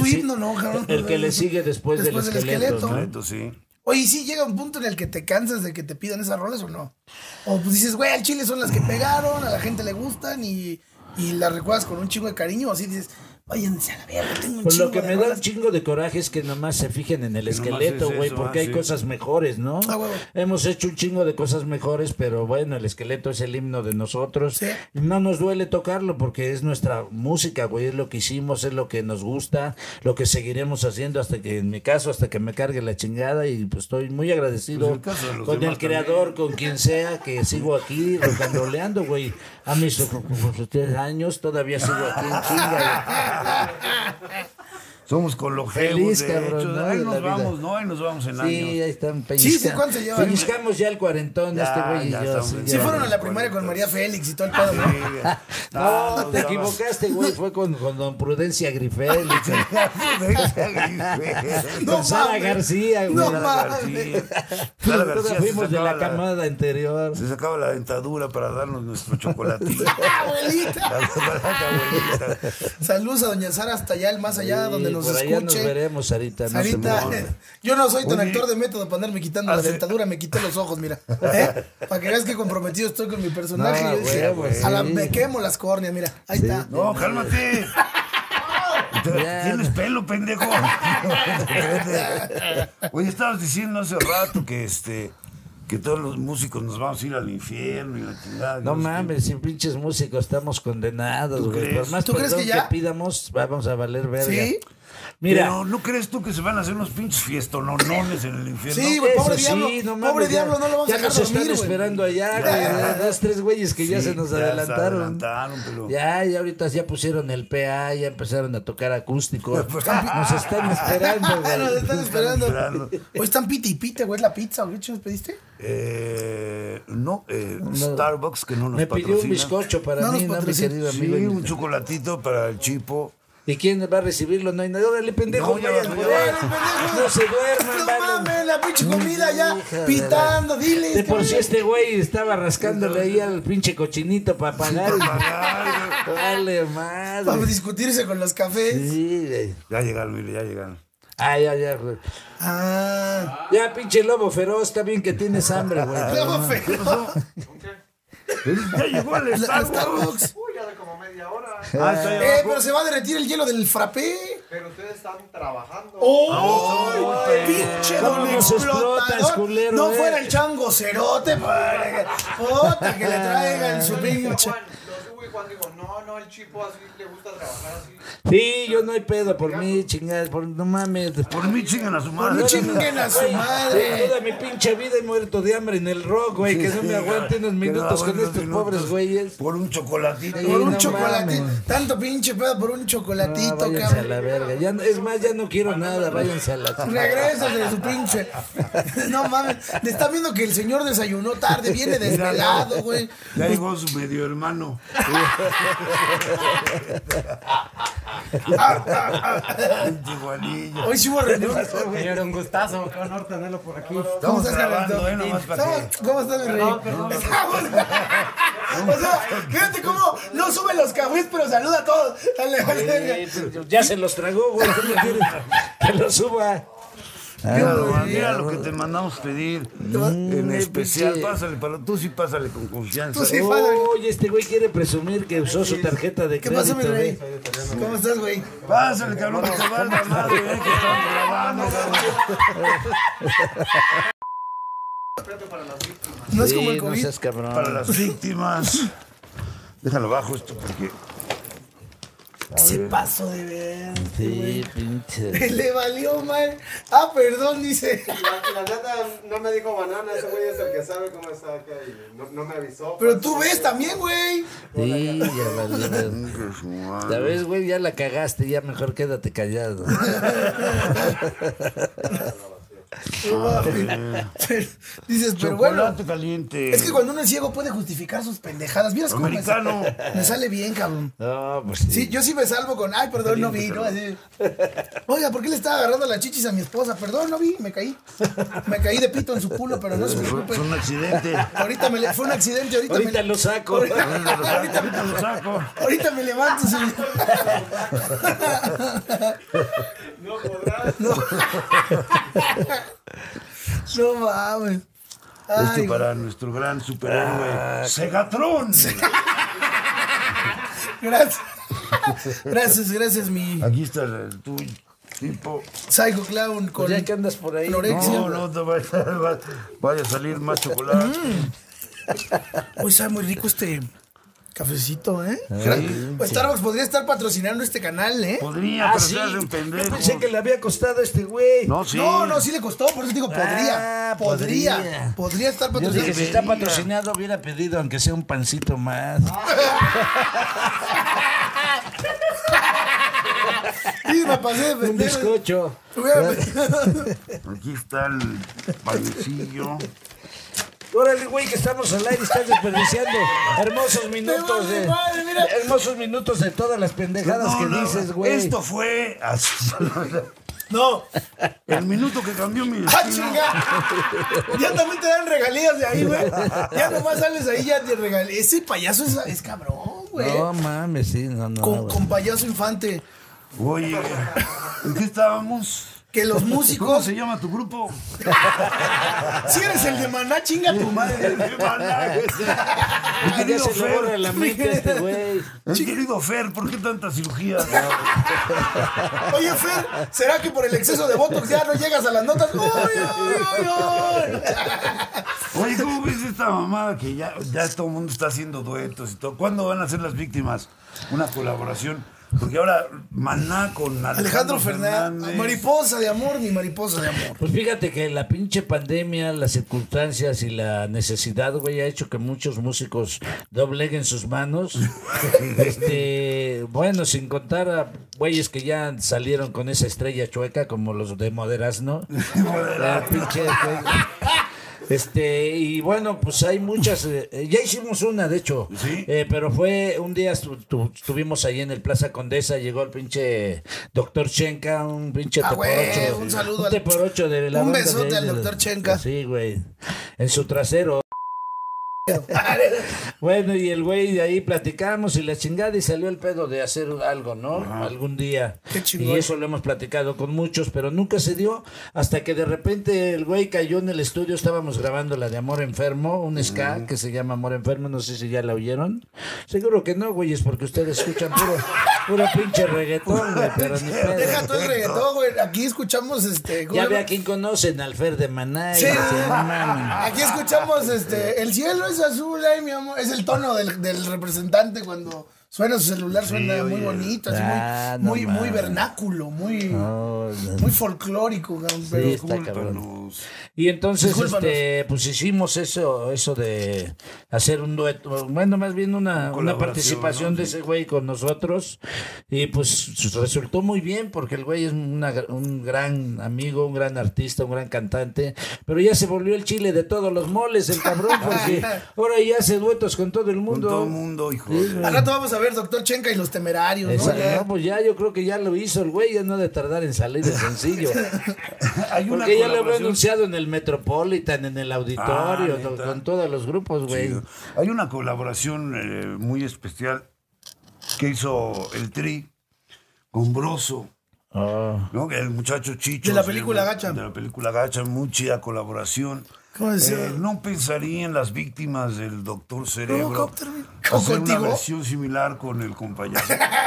el que le sigue después del esqueleto, ¿no?
Sí.
Oye, ¿y sí llega un punto en el que te cansas de que te pidan esas rolas o no? O pues dices, güey, al chile son las que pegaron, a la gente le gustan y las recuerdas con un chingo de cariño, o así dices, váyanse a la verga, tengo un
pues
chingo
lo que
de
me
rolas.
da un chingo de coraje es que nomás se fijen en el esqueleto, güey, porque hay cosas mejores, ¿no? Hemos hecho un chingo de cosas mejores, pero bueno, el esqueleto es el himno de nosotros.
¿Sí?
Y no nos duele tocarlo porque es nuestra música, güey, es lo que hicimos, es lo que nos gusta, lo que seguiremos haciendo hasta que, en mi caso, hasta que me cargue la chingada y pues estoy muy agradecido con el creador, con quien sea, que sigo aquí rocanroleando, güey. A mis 3 años todavía sigo aquí en chinga.
Somos con los
Feliz,
de
cabrón,
hecho.
¿no?
Ahí
De
nos
la vida.
vamos, ¿no? Ahí nos vamos en años.
Sí, ahí están
Sí, ¿cuánto se llevan?
Pellizcamos ya el cuarentón,
Ya,
este güey y
ya
yo.
estamos
Sí,
en-
Sí
ya.
fueron a la primaria con María Félix y todo el pedo, ¿no?
No, te equivocaste, güey. Fue con don Prudencia Grifel.
No
Con Sara
mames.
García, güey.
No
Sara
mames.
García
Todas
se
fuimos de la
sacaba
camada anterior.
Se sacaba la dentadura para darnos nuestro chocolatito.
Abuelita.
Abuelita.
Saludos a doña Sara hasta allá, el más allá, donde nos
Por allá nos
escuche.
veremos, Sarita. No se
Sarita,
mueva.
yo no soy tan
Oye,
actor de método para andarme quitando la
hace-
dentadura, me quité los ojos, mira. Para que veas qué comprometido estoy con mi personaje.
No,
Yo dije,
huevo, sí.
me quemo las córneas, mira. Ahí está.
No, cálmate. Tienes pelo, pendejo. Oye, estabas diciendo hace rato que todos los músicos nos vamos a ir al infierno y la chingada.
No
sé qué.
mames, sin pinches músicos estamos condenados,
¿Tú
güey.
crees?
Por más
¿Tú crees
perdón
que ya?
pidamos, vamos a valer verga.
¿Sí?
Mira,
Pero ¿no crees tú que se van a hacer unos pinches fiestononones en el infierno?
Sí, güey,
eso
pobre
sí,
diablo.
no mames,
Pobre
ya-
diablo, no lo vamos a
ya
dejar
nos están
dormir, güey.
esperando allá, güey. Dos, tres güeyes que ya
Sí,
se nos
ya se
adelantaron.
adelantaron, pero...
Ya ahorita ya pusieron el PA, ya empezaron a tocar acústico. Nos están esperando, güey.
Nos están esperando.
esperando.
Hoy están pita y pita, güey, es la pizza, ¿o qué chingos pediste?
Starbucks que no nos
Me pidió un
patrocina.
bizcocho para
No nos
mí, ¿no, mi
patrocina.
querido
Sí,
amigo?
un chocolatito para el Chipo.
¿Y quién va a recibirlo? No hay nadie. Órale, pendejo,
No, ya
vayan
va,
por
ya
él.
va.
No se duerman,
No
vayan.
mames, la pinche comida ya
Hija de
pitando, dile.
De por sí este güey estaba rascándole ahí al pinche cochinito para pagar. Vale,
Para
madre.
discutirse con los cafés.
Sí, güey.
Ya llegaron, mire, ya llegaron.
Ah, ya, güey.
Ah.
Ya, pinche lobo feroz, está bien que tienes hambre, güey.
Luego feo.
Ya llegó el
La
Starbucks.
Starbucks.
Uy, ya de como media hora.
Ah, está ahí abajo.
Pero se va a derretir el hielo del frappé.
Pero ustedes están trabajando.
¡Oh! ¡Pinche
¿Cómo
don
nos explotas,
explotador!
culero,
No
eh?
fuera el chango cerote para puta que le traigan su pinche.
Juan dijo, no, el Chipo así le gusta trabajar así.
Sí, yo no hay pedo por mí, chingadas, no mames.
Por mí chingan a su madre.
No chinguen a su
Güey,
madre.
toda mi pinche vida he muerto de hambre en el rock, güey, que no me aguante unos minutos con estos pobres güeyes.
Por un chocolatito.
Sí,
Por un
no
chocolatito.
mames.
Tanto pinche pedo por un
No,
chocolatito,
váyanse a
cabrón.
la verga. Ya, es más, ya no quiero nada, váyanse a la
Regrésate de su pinche. No mames. Le está viendo que el señor desayunó tarde, viene desvelado, güey.
Ya llegó su medio hermano. Pinche Juanillo.
Hoy sí hubo reunión.
Señor, un gustazo, qué honor tenerlo por aquí.
¿Cómo
Estamos
estás,
grabando,
Carlito?
nomás para que...
¿Cómo estás, mi rey? O sea, fíjate cómo no sube los cafés, pero saluda a todos. Dale, dale.
Ya se los tragó, güey. ¿Cómo quieres que lo suba?
Mira lo que te mandamos pedir. En especial,
pinche.
pásale, tú sí pásale con confianza.
Tú sí, padre.
Oye, este güey quiere presumir que usó su tarjeta de
¿Qué
crédito.
pasa, mi rey?
güey.
¿Cómo estás, güey?
Pásale, cabrón, que te valga madre, que estamos grabando, cabrón.
No es
Sí,
como el
no
COVID.
seas cabrón.
Para las víctimas. Déjalo bajo esto porque...
Se pasó de ver.
Sí, pinche.
Le valió mal. Ah, perdón, dice.
La neta no me dijo banana, ese güey es el que sabe cómo está acá y no me avisó.
Pero tú ves también, güey.
Sí, ya valió. Ya ves, güey, ya la cagaste, ya mejor quédate callado.
Dices, pero bueno.
Chocolate caliente.
Es que cuando uno es ciego puede justificar sus pendejadas. ¿Vieras cómo
Americano.
me sale bien, cabrón?
No, pues sí.
Sí, yo sí me salvo con, ay, perdón, no vi, ¿no? Así. Oiga, ¿por qué le estaba agarrando las chichis a mi esposa? Perdón, no vi, me caí. Me caí de pito en su culo, pero no se preocupe.
Fue un accidente.
Ahorita fue un accidente,
Ahorita lo saco.
Ahorita lo saco.
Ahorita me levanto. Sí.
No podrás.
No mames. Ay,
Esto para nuestro gran superhéroe, Segatron.
gracias. Gracias, mi
Aquí está el tuyo, tipo.
Psycho Clown con
Ya que andas por ahí.
anorexia.
No te vaya a salir más chocolate.
Hoy sabe muy rico este cafecito, ¿eh? Starbucks podría estar patrocinando este canal, ¿eh?
Podría,
Ah,
pero
sí.
se hace un
Yo
pendejo.
pensé que le había costado a este güey.
No, sí.
No, sí le costó, por eso digo podría.
Ah,
podría estar
Yo dije,
patrocinando.
si está patrocinado, hubiera pedido aunque sea un pancito más.
Sí, me pasé de
Un
pendejo.
bizcocho.
Aquí está el panecillo.
Órale, güey, que estamos al aire, estás desperdiciando hermosos minutos de...
Madre, mira.
Hermosos minutos de todas las pendejadas que dices, güey.
Esto fue
No.
el minuto que cambió mi
¡Ah,
destino.
chinga! Ya también te dan regalías de ahí, güey. Ya nomás sales ahí, ya te regalías. Ese payaso es cabrón, güey.
No mames, sí, no.
Con payaso infante.
Oye, ¿en qué estábamos?
Que los
¿Cómo
músicos.
se llama tu grupo?
Si eres el de Maná, chinga tu madre.
Mi
Ya
querido
se le borra
Fer,
la mente a este güey.
mi querido Fer, ¿por qué tanta cirugía?
Oye, Fer, ¿será que por el exceso de botox ya no llegas a las notas? ¡Uy, uy, uy, uy!
Oye, ¿cómo ves esta mamada que ya todo el mundo está haciendo duetos y todo? ¿Cuándo van a ser las víctimas? Una colaboración. Porque ahora Maná con
Alejandro Fernández. Mariposa de amor, mi mariposa de amor.
Pues fíjate que la pinche pandemia, las circunstancias y la necesidad, güey, ha hecho que muchos músicos dobleguen sus manos. Bueno, sin contar a güeyes que ya salieron con esa estrella chueca, como los de Moderasno. La pinche, y bueno, pues hay muchas, ya hicimos una, de hecho,
¿Sí?
Pero fue un día estuvimos ahí en el Plaza Condesa, llegó el pinche doctor Chenka, un pinche
güey,
teporocho,
un saludo al-
teporocho de la
un
banda de
besote
ahí
al
de-
doctor Chenka.
Sí, güey, en su trasero. Bueno, y el güey de ahí platicamos y la chingada y salió el pedo de hacer algo, ¿no? Algún día.
Qué chingón.
Y eso lo hemos platicado con muchos, pero nunca se dio hasta que de repente el güey cayó en el estudio. Estábamos grabando la de Amor Enfermo, un ska que se llama Amor Enfermo, no sé si ya la oyeron. Seguro que no, güey, es porque ustedes escuchan puro pinche reggaetón, güey, pero ni pedo.
Deja todo el reggaetón, güey. Aquí escuchamos ¿cómo
Ya
se
ve
llama?
a quién conocen, al Fer de Maná.
Sí.
y dice, "No mames".
Aquí escuchamos el cielo es azul, ay mi amor. Es el tono del representante cuando suena su celular, suena muy bonito, así
Ah,
muy,
no
muy, muy
mames.
vernáculo, muy,
No, no.
muy folclórico, cabrón,
Sí,
pero
está cabrón.
Discúlpanos.
Y entonces,
Discúlpanos.
pues hicimos eso de hacer un dueto, bueno, más bien una
Colaboración,
participación
¿no?
de ese güey con nosotros, y pues resultó muy bien, porque el güey es un gran amigo, un gran artista, un gran cantante, pero ya se volvió el chile de todos los moles, el cabrón, porque ahora ya hace duetos con todo el
Con
mundo.
todo el mundo, hijo.
Sí,
de-
al rato vamos a ver Doctor Chenka y los Temerarios, ¿no?
Esa-
Ya.
no, pues ya yo creo que ya lo hizo el güey, ya no ha de tardar en salir de sencillo.
Hay una
Porque ya lo he
colaboración.
anunciado en el Metropolitan, en el auditorio,
¿neta?
con todos los grupos, güey.
Sí. Hay una colaboración muy especial que hizo el Tri con Broso,
Oh.
¿no? El muchacho Chicho.
De la película Gacha.
De la película Gacha, muy chida colaboración.
¿Cómo decía?
No pensaría en las víctimas del Doctor Cerebro.
Robocop,
Hacer
¿contigo?
una versión similar con el compañero.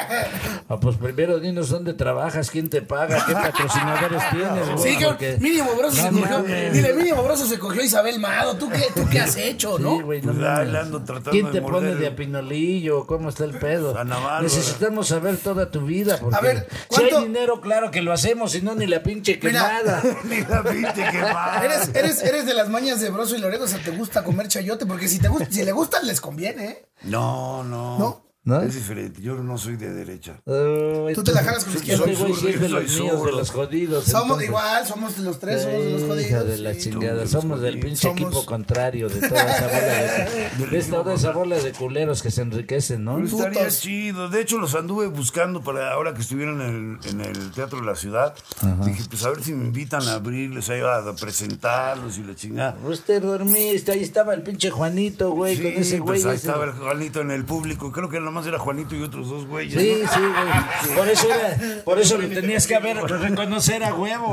Ah, pues primero dinos dónde trabajas, quién te paga, qué patrocinadores tienes, güey.
Sí, que
porque-
mínimo Broso se
No
cogió.
mames.
Dile, mínimo Broso se cogió a Isabel Mado. ¿Tú qué has hecho, no?
Sí, güey, no
Pues ahí
mames.
le ando tratando
¿Quién
de
te
morder
pone de
el-
a pinolillo? ¿Cómo está el pedo?
Ana Bárbara.
Necesitamos saber toda tu vida, porque
A ver,
si hay
¿cuánto-
dinero, claro que lo hacemos, si no, ni la pinche
Mira.
quemada.
Ni la viste que va.
Eres de las mañas de Broso y Loredo, o sea, te gusta comer chayote, porque si le gustan, les conviene, ¿eh?
No.
¿No?
Es diferente. Yo no soy de derecha.
Tú te la jalas con la izquierda.
Este güey sí es de
Soy
los míos, de
zurdo.
los jodidos.
Somos
entonces.
igual, somos los tres, somos de los
Hija
jodidos.
de la
sí.
chingada,
Somos
somos del
jodidos.
pinche
Somos-
equipo contrario de toda esa bola de toda esa bola de culeros que se enriquecen, ¿no?
Pero estaría
Putos.
chido. De hecho, los anduve buscando para ahora que estuvieron en el Teatro de la Ciudad. Dije, pues a ver si me invitan a abrirles, ahí a presentarlos y la chingada.
Usted dormiste, ahí estaba el pinche Juanito, güey,
Sí,
con ese güey.
pues ahí
ese.
estaba el Juanito en el público. Creo que nomás era Juanito y otros dos güeyes.
Sí,
¿no?
sí, güey. Por eso lo tenías que reconocer a huevo.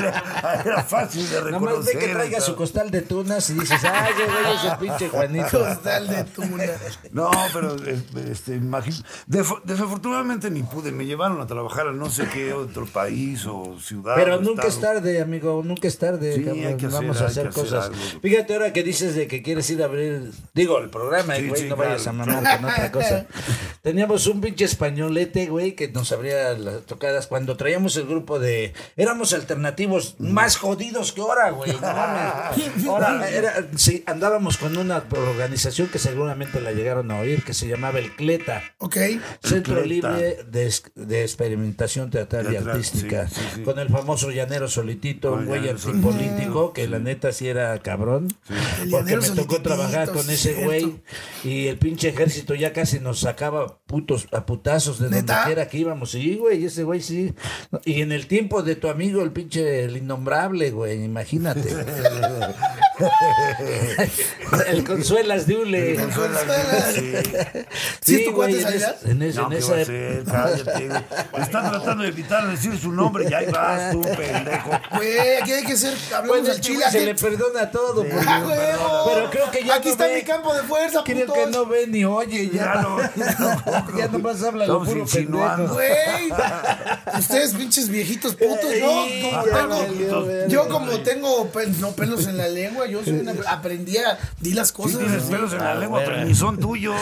Era fácil de
Nada más
reconocer.
ve que traiga su costal de tunas y dices, ay, güey, es el pinche Juanito.
Costal de tuna.
No, pero desafortunadamente ni pude. Me llevaron a trabajar a no sé qué otro país o ciudad.
Pero
o
nunca es
estado.
tarde, amigo, nunca es tarde.
Sí,
cabrón.
hay que hacer-
Vamos a
hay
hacer
que hacer
cosas.
algo.
Fíjate ahora que dices de que quieres ir a abrir, digo, el programa,
Sí,
güey,
sí,
no vayas
claro.
a mamar con otra cosa. Teníamos un pinche españolete, güey, que nos abría las tocadas cuando traíamos el grupo de... Éramos alternativos más jodidos que ahora, güey. No mames. Ahora sí, andábamos con una organización que seguramente la llegaron a oír, que se llamaba el CLETA.
Ok.
Centro
CLETA.
Libre de Experimentación Teatral y Artística.
Sí.
Con el famoso Llanero Solitito, un güey antipolítico, que la neta sí era cabrón.
El
Porque
Llanero
me tocó
Solitito,
trabajar con ese
cierto.
güey. Y el pinche ejército ya casi nos sacaba a putazos de donde
¿Neta?
quiera que íbamos. Sí, güey, ese güey sí. Y en el tiempo de tu amigo, el pinche, el innombrable, güey, imagínate. El Consuelas de Ule.
¿Sí es tu
güey,
cuate, Salinas?
en
No,
esa
¿qué va a
época.
hacer? Cállate, güey. Está tratando de evitar decir su nombre y ahí vas tú, pendejo.
Güey, aquí hay que ser, hablamos
Pues
al chile.
se
aquí-
le perdona todo. porque-
¡Ah, huevo!
Pero creo que ya
Aquí
no
está
ve.
mi campo de fuerza,
Creo
putos.
que no ve ni oye ya. Ya nomás habla lo
Estamos
puro
insinuando.
pendejo.
Güey, ustedes pinches viejitos putos, yo como tengo no pelos en la lengua, yo soy aprendí a di las
Sí
cosas.
tienes pelos en la lengua, pero ni son tuyos.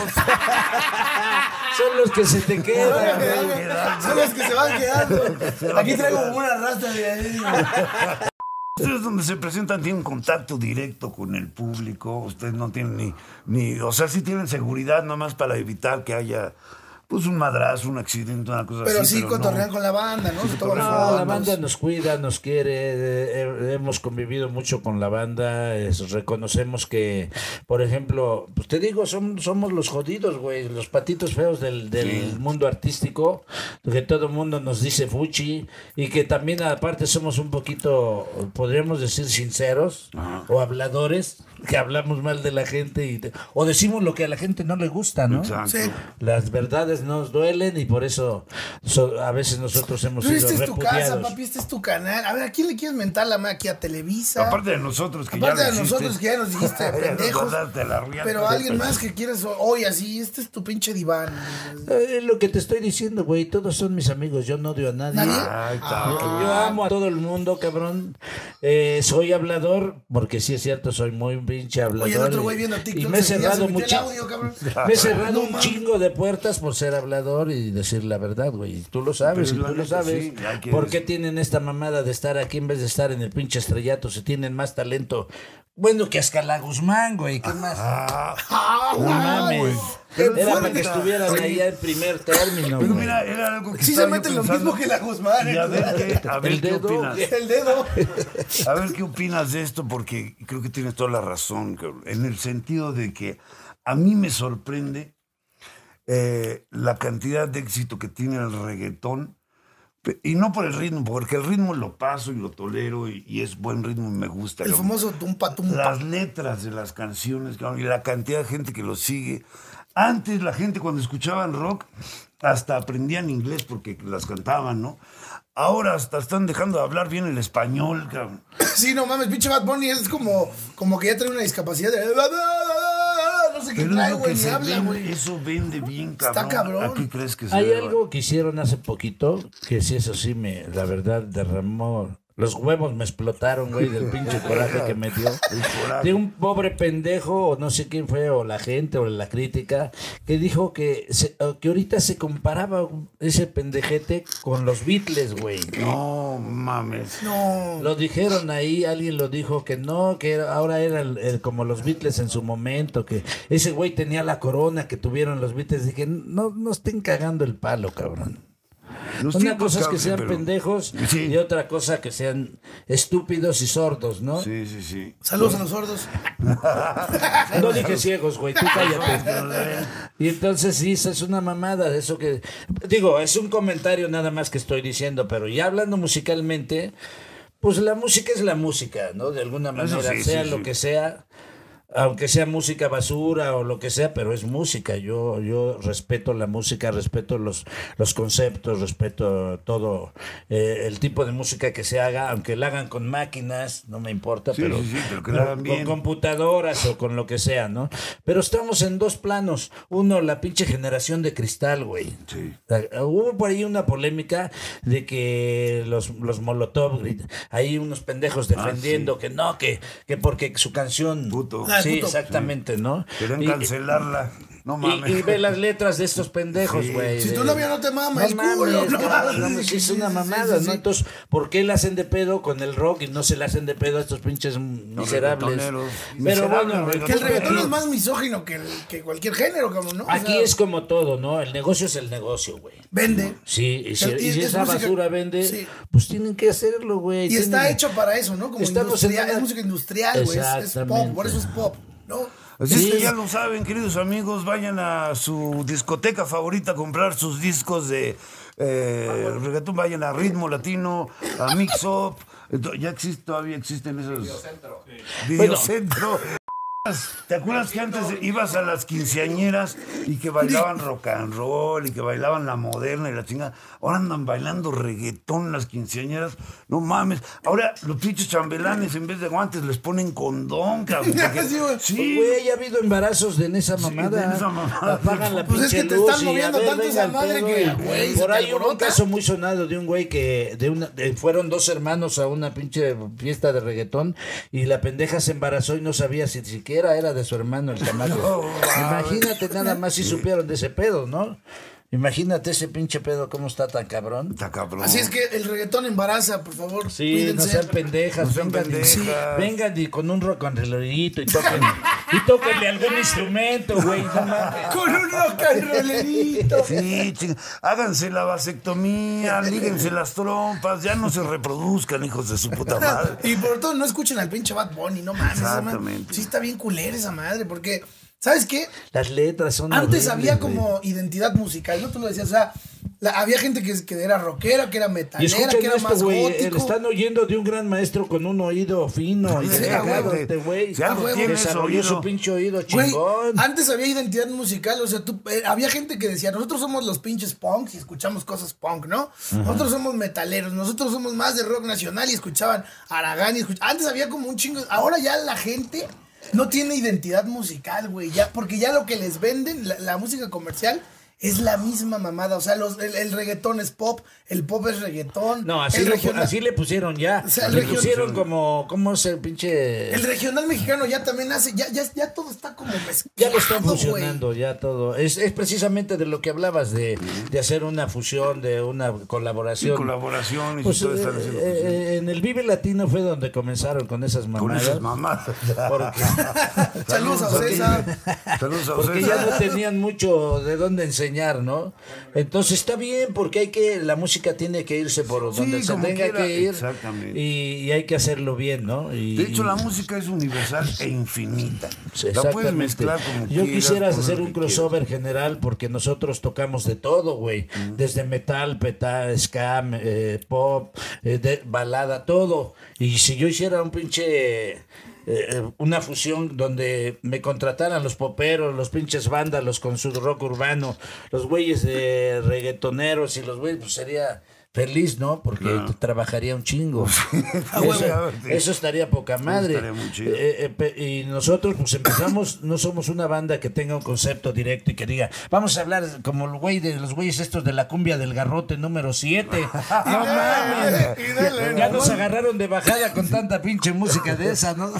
Son los que se te quedan.
Son los que se van quedando. Aquí traigo como una rasta de ahí.
Ustedes donde se presentan tienen contacto directo con el público. Ustedes no tienen ni o sea, sí tienen seguridad nomás para evitar que haya pues un madrazo, un accidente, una cosa
Pero
así.
sí cotorrean con la banda, ¿no? Se toman
No,
fotos.
la banda nos cuida, nos quiere, hemos convivido mucho con la banda, reconocemos que, por ejemplo, pues te digo, somos los jodidos, güey, los patitos feos del mundo artístico, que todo el mundo nos dice fuchi, y que también aparte somos un poquito, podríamos decir, sinceros, o habladores, que hablamos mal de la gente, o decimos lo que a la gente no le gusta, ¿no?
Exacto.
Sí.
Las verdades nos duelen y por eso a veces nosotros hemos
Pero
sido
esta es tu casa,
repudiados.
papi, este es tu canal. A ver, ¿a quién le quieres mentar la madre aquí? ¿A Televisa?
Aparte de nosotros que
Aparte
ya
de
lo
nosotros
hiciste.
que ya nos dijiste
Ya nos
pendejos.
guardaste la riata.
Pero alguien más que quieras hoy así, este es tu pinche diván.
Lo que te estoy diciendo, güey, todos son mis amigos, yo no odio a nadie.
¿Nadie?
Ahí está.
Yo amo a todo el mundo, cabrón. Soy hablador, porque sí es cierto, soy muy pinche hablador.
Oye, el otro güey viendo TikTok.
y me he cerrado
mucho.
mucho. Me he cerrado un chingo de puertas por ser hablador y decir la verdad, güey. Tú lo sabes, y
Pero
tú
la
lo
neta,
sabes.
sí, hay que
¿Por
decir.
qué tienen esta mamada de estar aquí en vez de estar en el pinche estrellato? Si tienen más talento. Bueno, que Azcala Guzmán, güey. ¿Qué más? No mames. Era para que estuvieran allá en primer término,
Pero
güey.
mira, era algo que
Sí
estaba
se
yo
meten lo
pensando.
mismo que la Guzmán.
Y a ver
El
qué
dedo.
opinas.
El dedo.
A ver qué opinas de esto, porque creo que tienes toda la razón, cabrón, en el sentido de que a mí me sorprende la cantidad de éxito que tiene el reggaetón, y no por el ritmo, porque el ritmo lo paso y lo tolero y es buen ritmo y me gusta.
El
cabrón.
famoso tumpa tumpa.
Las letras de las canciones, cabrón, y la cantidad de gente que lo sigue. Antes la gente cuando escuchaban rock hasta aprendían inglés porque las cantaban, ¿no? Ahora hasta están dejando de hablar bien el español, cabrón.
Sí, no mames, pinche Bad Bunny es como que ya trae una discapacidad de... No sé qué
Pero
trae,
es lo
güey,
que
ni
se
habla,
vende,
güey.
eso vende bien, cabrón.
Está cabrón.
¿A qué crees que se
Hay
deba?
algo que hicieron hace poquito, que sí, eso sí, la verdad, derramó. Los huevos me explotaron, güey, del pinche coraje que me dio.
coraje.
De un pobre pendejo, o no sé quién fue, o la gente, o la crítica, que dijo que ahorita se comparaba ese pendejete con los Beatles, güey.
No mames.
No.
Lo dijeron ahí, alguien lo dijo que no, que ahora era como los Beatles en su momento, que ese güey tenía la corona que tuvieron los Beatles. Dije, no estén cagando el palo, cabrón.
Los
Una
tiempos
cosa es que
cambian,
sean
pero-
pendejos
Sí.
y otra cosa que sean estúpidos y sordos, ¿no?
Sí, sí, sí.
Saludos a los sordos.
No dije ciegos, güey, tú cállate. Y entonces sí, esa es una mamada, eso que... Digo, es un comentario nada más que estoy diciendo, pero ya hablando musicalmente, pues la música es la música, ¿no? De alguna
Eso
manera,
sí,
sea
sí,
lo
sí.
que sea, aunque sea música basura o lo que sea, pero es música. Yo respeto la música, respeto los conceptos, respeto todo el tipo de música que se haga, aunque la hagan con máquinas, no me importa,
Sí,
pero,
sí, sí, pero que la hagan
con
bien.
computadoras o con lo que sea, ¿no? Pero estamos en dos planos. Uno, la pinche generación de cristal, güey.
Sí.
Hubo por ahí una polémica de que los Molotov, hay unos pendejos defendiendo que no, que porque su canción...
Puto.
cara de
Sí,
puto.
exactamente, ¿no?
Querían
Y-
cancelarla. No mames.
Y ve las letras de estos pendejos, güey.
Si
de-
tu novia no te mama el
mames,
culo,
no,
no,
no, sí, es una mamada, ¿no? Entonces, ¿por qué la hacen de pedo con el rock y no se la hacen de pedo a estos pinches miserables?
reggaetoneros.
Pero
Miserables,
bueno,
Que el reggaetón
aquí-
es más misógino que cualquier género, cabrón, ¿no? O
Aquí
sea,
es como todo, ¿no? El negocio es el negocio, güey.
Vende.
Sí, y si,
Y
y si
es
esa
música-
basura vende,
sí.
pues tienen que hacerlo, güey.
Y está
Tienen-
hecho para eso, ¿no? Como
Estamos en
industrial,
una-
es música industrial, güey. Es pop,
Exactamente.
por eso es pop, ¿no?
Así es
Sí.
que ya lo saben, queridos amigos, vayan a su discoteca favorita a comprar sus discos de reggaetón, vayan a Ritmo Latino, a Mix Up, todavía existen esos... Videocentro. ¿Te acuerdas que antes ibas a las quinceañeras y que bailaban rock and roll y que bailaban la moderna y la chingada? Ahora andan bailando reggaetón las quinceañeras. No mames. Ahora los pinches chambelanes en vez de guantes les ponen condón, cabrón. porque-
Sí, güey.
Sí.
Güey, ya ha habido embarazos de en esa mamada.
en esa mamada.
Apagan la
Pues es
pinche
que te
luz
están
y,
moviendo
a ver,
tanto
venga
esa
el
madre
pedo,
que,
y-
güey, se
por
te
ahí hubo un
alborota.
caso muy sonado de un güey que fueron dos hermanos a una pinche fiesta de reggaetón y la pendeja se embarazó y no sabía si siquiera era de su hermano el chamaco. Imagínate nada más si supieron de ese pedo, ¿no? Imagínate ese pinche pedo cómo está tan cabrón.
Está cabrón.
Así es que el reggaetón embaraza, por favor.
Sí,
cuídense.
no sean pendejas,
No sean
vengan,
pendejas.
vengan y con un rock and rollito y tóquenle algún instrumento, güey, no mames.
Con un rock and rollerito.
Sí, háganse la vasectomía, líguense las trompas, ya no se reproduzcan, hijos de su puta madre.
Y por todo, no escuchen al pinche Bad Bunny, no mames. esa madre-
Exactamente.
Sí está bien culera esa madre, porque, ¿sabes qué?
Las letras son
Antes
horribles,
había
güey.
como identidad musical, ¿no? Tú lo decías, o sea, había gente que era rockera, que era
Y
metalera,
escuchen
que era
esto,
más
güey,
gótico.
están oyendo de un gran maestro con un oído fino y
Sí,
delgado,
güey.
este güey.
Si algo tiene es
Desarrolló
oído.
su pinche oído
Güey,
chingón.
antes había identidad musical, o sea, había gente que decía, nosotros somos los pinches punks y escuchamos cosas punk, ¿no? Nosotros somos metaleros, nosotros somos más de rock nacional y escuchaban Aragán y antes había como un chingo, ahora ya la gente no tiene identidad musical, güey, ya, porque ya lo que les venden, la música comercial es la misma mamada, o sea, el reggaetón es pop, el pop es reggaetón.
No, así,
el
lo,
regional-
así le pusieron ya.
O sea, el
le
regional-
pusieron como, ¿cómo es el pinche?
El regional mexicano ya también hace, ya todo está como mezclado,
Ya lo están
güey.
fusionando, ya todo. Es precisamente de lo que hablabas, de hacer una fusión, de una colaboración.
Colaboraciones
Pues,
y todo están haciendo.
en el Vive Latino fue donde comenzaron con esas
Con
mamadas.
esas mamadas.
Porque,
Saludos a César.
Saludos a
porque
César.
ya no tenían mucho de dónde enseñar, ¿no? Entonces está bien, porque la música tiene que irse por donde se
como
tenga
quiera,
que ir.
exactamente.
Y hay que hacerlo bien, ¿no? Y,
De hecho, la música es universal e infinita.
Sí,
La puedes
exactamente.
mezclar como
Yo
quieras,
quisiera
poner
hacer
lo
un
que
crossover general porque nosotros tocamos de todo, güey. Desde metal, ska, pop, balada, todo. Y si yo hiciera un pinche... una fusión donde me contrataran los poperos, los pinches vándalos con su rock urbano, los güeyes de reggaetoneros y los güeyes, pues sería feliz, ¿no? Porque trabajaría un chingo. Eso estaría poca madre.
estaría muy chido.
Y nosotros pues empezamos, no somos una banda que tenga un concepto directo y que diga, vamos a hablar como el güey de los güeyes estos de la cumbia del garrote número 7. No mames. Ya nos agarraron de bajada con tanta pinche música de esa, ¿no?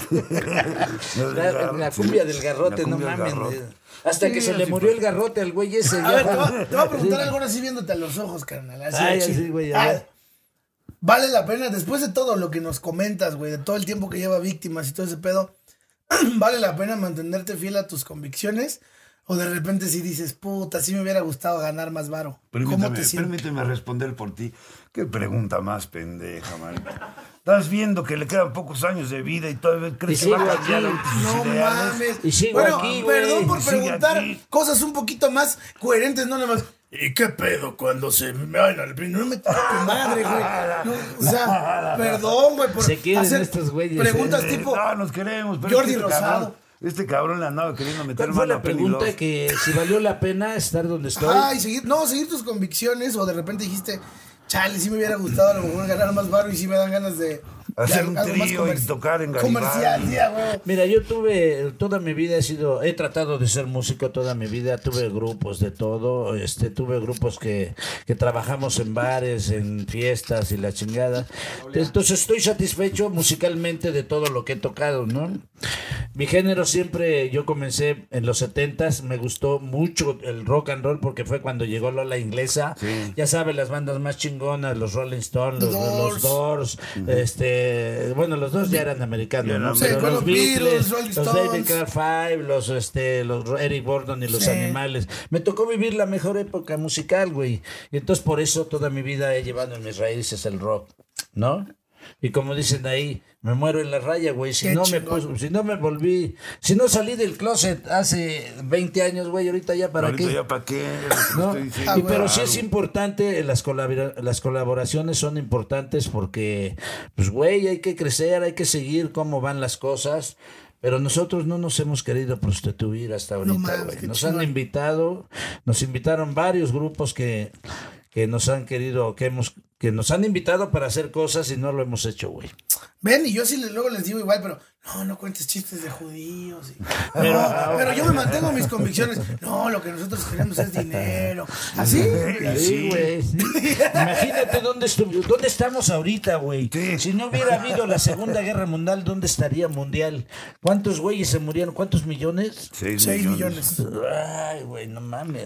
La cumbia del garrote,
La
no
cumbia del
mames.
garrote.
Hasta
Sí,
que se
así
le murió
fue.
el garrote al güey ese.
A ver,
ya.
te voy a preguntar algo así viéndote a los ojos, carnal. Así,
Ay,
así.
así, güey, a ver.
Vale la pena, después de todo lo que nos comentas, güey, de todo el tiempo que lleva Víctimas y todo ese pedo, ¿vale la pena mantenerte fiel a tus convicciones? O de repente si dices, puta, sí me hubiera gustado ganar más varo. ¿Cómo te sientes?
Permíteme responder por ti. Qué pregunta más pendeja, man. Estás viendo que le quedan pocos años de vida y todavía crees
Y
que va
sigo
a cambiar
aquí.
sus
No
ideales.
mames.
Y sigo
bueno,
aquí, güey.
perdón por
Sigue
preguntar
aquí.
cosas un poquito más coherentes, no nada más. ¿Y qué pedo cuando se me van al no me toca tu madre, güey? No, o sea, perdón, güey, por
Se quieren
hacer
estos güeyes,
preguntas tipo
No, nos queremos. Pero
Jordi
este
Rosado.
cabrón- Este cabrón le andaba queriendo meter
¿Cuál fue
mano
la
a Penny
pregunta?
Love.
Que si valió la pena estar donde estoy.
Ajá, y seguir tus convicciones, o de repente dijiste, chale, sí me hubiera gustado a lo mejor ganar más varo y sí me dan ganas de
Hacer
algo
un
más
trío y tocar en
comercial,
Garibaldi.
sí, a huevo.
Mira, yo toda mi vida he tratado de ser músico toda mi vida, tuve grupos de todo, tuve grupos que trabajamos en bares, en fiestas y la chingada. Entonces estoy satisfecho musicalmente de todo lo que he tocado, ¿no? Mi género siempre, yo comencé en los 70s, me gustó mucho el rock and roll porque fue cuando llegó Lola Inglesa. Sí. Ya sabes, las bandas más chingonas, los Rolling Stones, los Doors, bueno, los Doors ya eran americanos, ¿no? Pero los Beatles, los David Crowder 5, los Eric Burdon y los Animales. Me tocó vivir la mejor época musical, güey. Y entonces por eso toda mi vida he llevado en mis raíces el rock, ¿no? Y como dicen ahí, me muero en la raya, güey. Si no salí del closet hace 20 años, güey, ahorita ya para qué.
Ya para qué.
¿No? Pero sí es importante, las colaboraciones son importantes porque, pues, güey, hay que crecer, hay que seguir cómo van las cosas. Pero nosotros no nos hemos querido prostituir hasta ahorita, güey. Nos invitaron varios grupos que nos han querido, que nos han invitado para hacer cosas y no lo hemos hecho, güey.
Ven, y yo sí luego les digo igual, pero no cuentes chistes de judíos. Pero yo me mantengo mis convicciones. No, lo que nosotros queremos es dinero. ¿Así?
Sí, güey. Sí. Imagínate dónde estamos ahorita, güey. Sí. Si no hubiera habido la Segunda Guerra Mundial, ¿dónde estaría Mundial? ¿Cuántos güeyes se murieron? ¿Cuántos millones?
6 millones.
Ay, güey, no mames.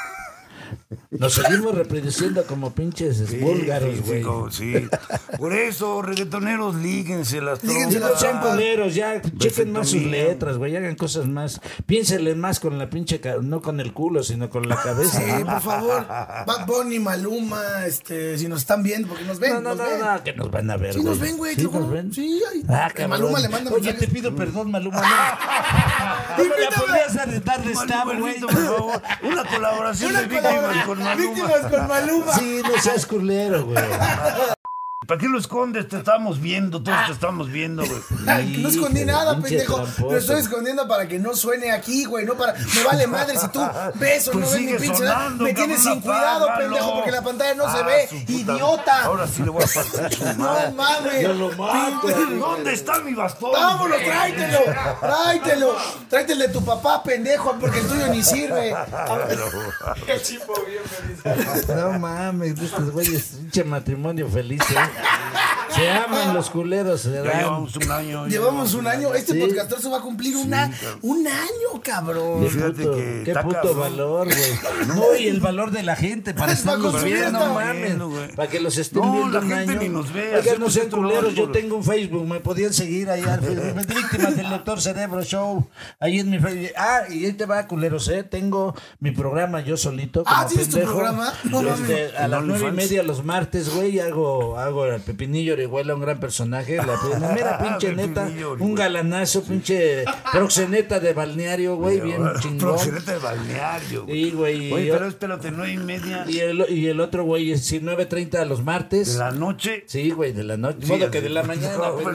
Nos seguimos reproduciendo como pinches búlgaros, güey.
Sí. Por eso, reggaetoneros, líguense las
sean culeros, ya chequen más sus letras, güey, hagan cosas más. Piénsenle más con la pinche, no con el culo, sino con la cabeza.
Sí, por favor. Bad Bunny, Maluma, si nos están viendo, porque nos ven.
No, que nos van a ver,
güey. Sí, nos ven, güey.
¿Sí nos ven?
Sí,
Maluma le manda mensajes. Oye, te pido perdón, Maluma. No me la podrías dar de stab, güey, por favor.
Una colaboración de
Víctimas con Maluma.
Sí, no seas culero, güey.
¿Para qué lo escondes? Te estamos viendo, todos te estamos viendo, güey.
No escondí nada, pendejo. Tramposo. Lo estoy escondiendo para que no suene aquí, güey. No para. Me vale madre si tú ves o pues no ves mi pinche. Me tienes sin cuidado, pendejo, porque la pantalla no se ve. ¡Idiota!
Ahora sí le voy a pasar su
madre. No mames.
Yo lo mato.
¿Dónde está mi bastón?
Vámonos, tráetelo. Tráetelo de tu papá, pendejo, porque el tuyo ni sirve.
Qué chimbo bien feliz.
No mames, estos güeyes, pinche matrimonio feliz, Se aman los culeros.
Llevamos un año. Este podcastoso va a cumplir un año, cabrón.
Qué puto valor, güey. No, y el valor de la gente para estarlos viendo, no mames. Para que los estén viendo un año. Oigan, no sean culeros. Yo tengo un Facebook, me podían seguir ahí. Víctimas del Doctor Cerebro Show. Ahí en mi Facebook. Y ahí te va, culeros, Tengo mi programa yo solito.
¿Tienes tu programa?
A las 9:30 los martes, güey, hago el Pepinillo Orihuela, un gran personaje. La primera pinche neta, un galanazo, pinche proxeneta de balneario, güey, bien chingón.
Proxeneta de balneario.
Sí, güey.
Oye, pero espérate, 9:30.
Y el otro, güey, es 9:30 los martes.
¿De la noche?
Sí, güey, de la noche. De modo que de la mañana, güey.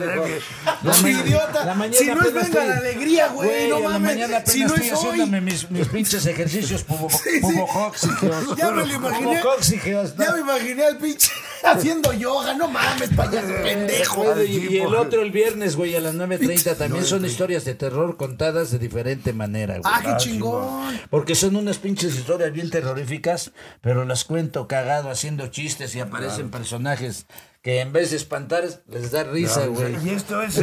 Idiota. La mañana, si no es venga la alegría, güey, no mames.
La mañana apenas si no estoy haciéndome mis pinches ejercicios pubocóxicos.
Ya me lo imaginé. Ya me imaginé al pinche haciendo yoga, no mames, payaso pendejo.
Y el otro el viernes, güey, a las 9:30 también son historias de terror contadas de diferente manera, güey.
Qué chingón.
Porque son unas pinches historias bien terroríficas, pero las cuento cagado haciendo chistes y aparecen personajes que en vez de espantar les da risa, güey.
Y esto es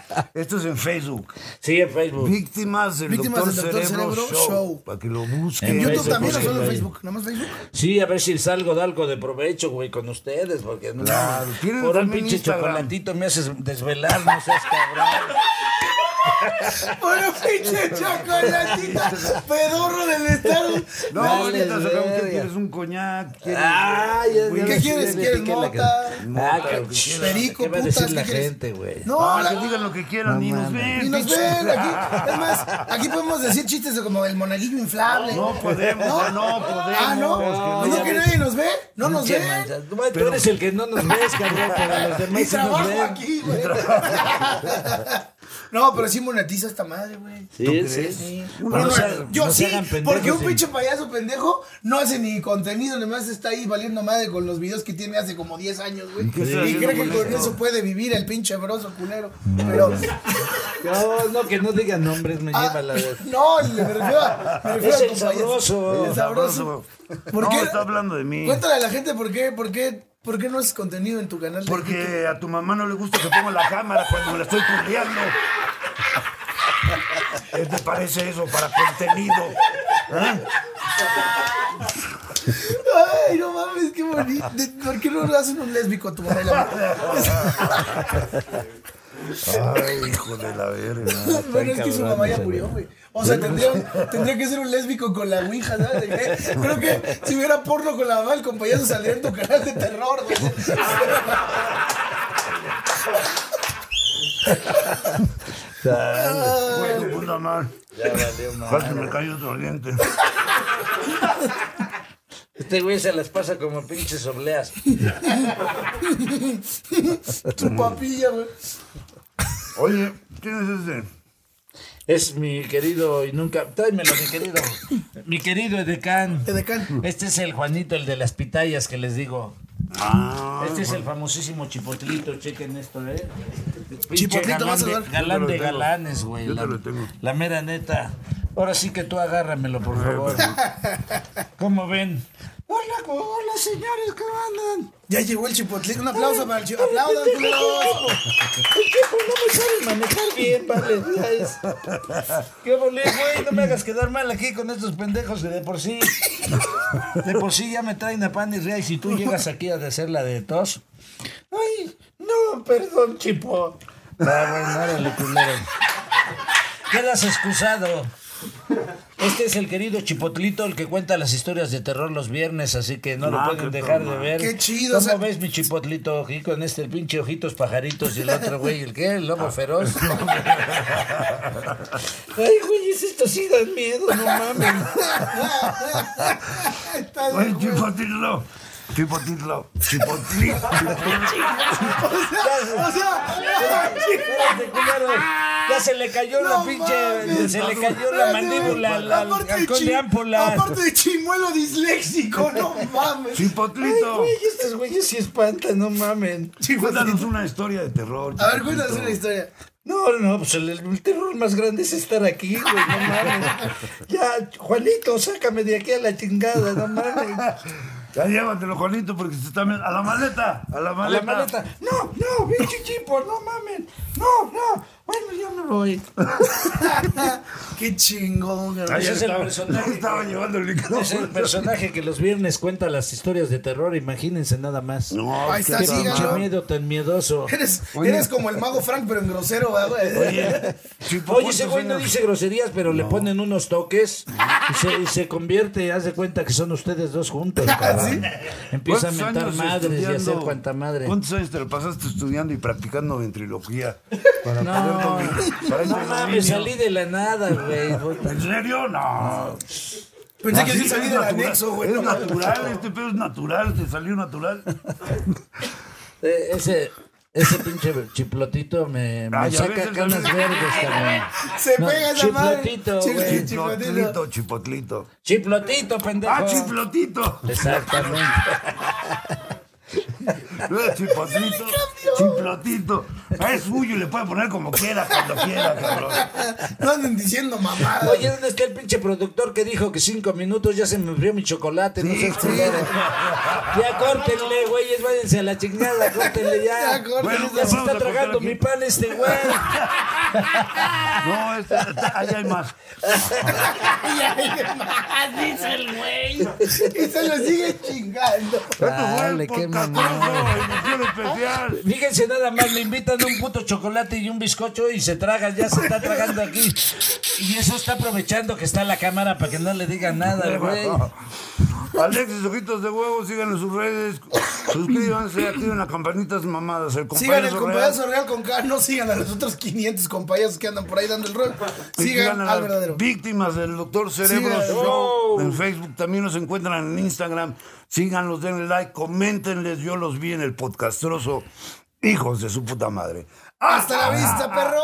en Facebook.
Sí, en Facebook.
Víctimas del Doctor Cerebro Show. Para que lo busquen.
En YouTube también o solo en Facebook. ¿No más Facebook?
Sí, a ver si salgo de algo de provecho, güey, con ustedes, porque no.
Claro,
por un pinche Instagram. Chocolatito me haces desvelar, no seas cabrón.
Bueno, pinche chocolatito, pedorro del estado.
No, ahorita sacamos que quieres un coñac.
¿Qué quieres? ¿Quieres mota?
Perico, putas. ¿Qué va a decir la gente, güey?
No, que digan lo que quieran, ni nos ven.
Ni nos ven. Es más, aquí podemos decir chistes como el monaguillo inflable.
No podemos, no podemos.
¿No que nadie nos ve? No nos ven.
Tú eres el que no nos ves, cabrón, pero los demás sí nos ven.
Aquí, güey. No, pero sí monetiza esta madre, güey.
Sí.
Yo sí, porque un pinche payaso pendejo no hace ni contenido, además está ahí valiendo madre con los videos que tiene hace como 10 años, güey. Y cree que con eso puede vivir el pinche broso culero. Pero...
No, que no digan nombres, me lleva la vez.
No, me refiero a
el sabroso.
El sabroso.
¿Por qué? No, está hablando de mí.
Cuéntale a la gente por qué no haces contenido en tu canal.
Porque a tu mamá no le gusta que ponga la cámara cuando me la estoy curreando. ¿Qué te parece eso para contenido? ¿Eh?
Ay, no mames, qué bonito. ¿Por qué no hacen un lésbico a tu mamá?
Ay, hijo de la verga.
Bueno, es que su mamá ya murió, güey. O sea, tendría que ser un lésbico con la ouija, ¿sabes? Creo que si hubiera porno con la mamá, el compañero saldría en tu canal de terror, güey.
Bueno, puta madre.
Ya valió mal.
Casi me cayó otro diente.
Este güey se las pasa como pinches obleas.
Tu papilla, güey.
Oye, ¿quién es ese?
Es mi querido y nunca... Tráemelo, mi querido. Mi querido Edecán.
Edecán.
Este es el Juanito, el de las pitayas que les digo. Este es el famosísimo Chipotlito, chequen esto,
Chipotlito, vas a ver.
Galán de galanes, güey.
Yo te lo tengo.
La mera neta. Ahora sí que tú agárramelo, por favor. ¿Cómo ven? Hola, señores, ¿cómo andan?
Ya llegó el Chipotlito. Un aplauso para el Chipotlito. ¡Aplaudan, culeros!
El Chipo no me sabe manejar bien, vale. ¿Qué volé, güey? No me hagas quedar mal aquí con estos pendejos que de por sí ya me traen a pan y rea. Y si tú llegas aquí a hacer la de tos. Ay, no, perdón, Chipo. Órale, culero. Quedas excusado. Este es el querido Chipotlito, el que cuenta las historias de terror los viernes, así que no lo pueden dejar de ver.
Qué chido.
¿Cómo ves mi Chipotlito aquí con el pinche ojitos pajaritos y el otro güey, el qué? El lobo feroz. Ay, güey, estos sí dan miedo, no mames.
Oye, Chipotlito. Chipotlito. Chipotlito.
O sea,
Espérate, culero. Ya se le cayó la pinche.
mames.
Se le cayó la mandíbula al halcón de ámpula.
Aparte de chimuelo disléxico, no mames.
Chipotlito.
Güey, estos güeyes sí espantan, no mamen.
Cuéntanos una historia de terror.
A ver, cuéntanos una historia.
No, pues el terror más grande es estar aquí, güey, no mames. Ya, Juanito, sácame de aquí a la chingada, no mames.
Ya llévatelo, Juanito, porque se está... A la maleta.
A la maleta. No, pinche Chipo, no mames. No. Bueno, yo me voy.
Qué chingón, güey.
Ese es el personaje.
Estaba llevando el micrófono.
Es el personaje que los viernes cuenta las historias de terror, imagínense nada más.
No,
Ahí está,
Qué
sí,
pinche
ganó.
miedo tan miedoso.
Eres como el mago Frank, pero en grosero, güey.
Oye, ese güey no dice groserías, pero le ponen unos toques y se convierte, haz de cuenta que son ustedes dos juntos, cabrón. Empieza a mentar madres y a hacer cuanta madre.
¿Cuántos años te lo pasaste estudiando y practicando ventriloquía? Para
No,
para
no mames, salí de la nada, güey.
¿En serio? No.
Pensé que
Así
sí salí
es
del
natural,
anexo, güey.
Es
no mames.
natural, este pedo es natural, te salió natural.
Ese pinche chiplotito me
ya ves,
saca
el
canas
también.
verdes, cabrón.
Se
No,
pega esa madre.
Chiplotito, güey.
Chipotlito, chipotlito.
Chiplotito, pendejo.
¡Ah, chiplotito!
Exactamente.
Chipotlito, chiplotito. Es suyo y le puede poner como quiera, cuando quiera, cabrón.
No anden diciendo mamadas.
Oye, ¿dónde está el pinche productor que dijo que 5 minutos ya se me enfrió mi chocolate? No seas culero. Ya córtenle, güeyes, váyanse a la chingada, córtenle ya.
Ya, córtenle.
Bueno,
Ya se
vamos
está
a cortar
tragando
aquí.
mi pan este güey.
No, allá hay más.
Dice el güey. Y se lo sigue chingando.
Dale, qué mamón.
Edición especial.
Fíjense nada más, le invitan un puto chocolate y un bizcocho y se traga, ya se está tragando aquí. Y eso está aprovechando que está la cámara para que no le digan nada al güey.
Alexis Ojitos de Huevo, síganlo en sus redes. Suscríbanse, activen las campanitas mamadas. El
Sigan el
compañero
compayazo real con K. No sigan a los otros 500 compayasos que andan por ahí dando el rol. Sigan
a
al
las
verdadero.
víctimas del Doctor Cerebro
Sigan.
Show en Facebook. También nos encuentran en Instagram. Síganlos, denle like, coméntenles. Yo los vi en el podcastroso. Hijos de su puta madre.
¡Hasta la vista, perros!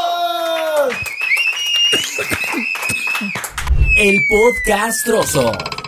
El Podcastroso.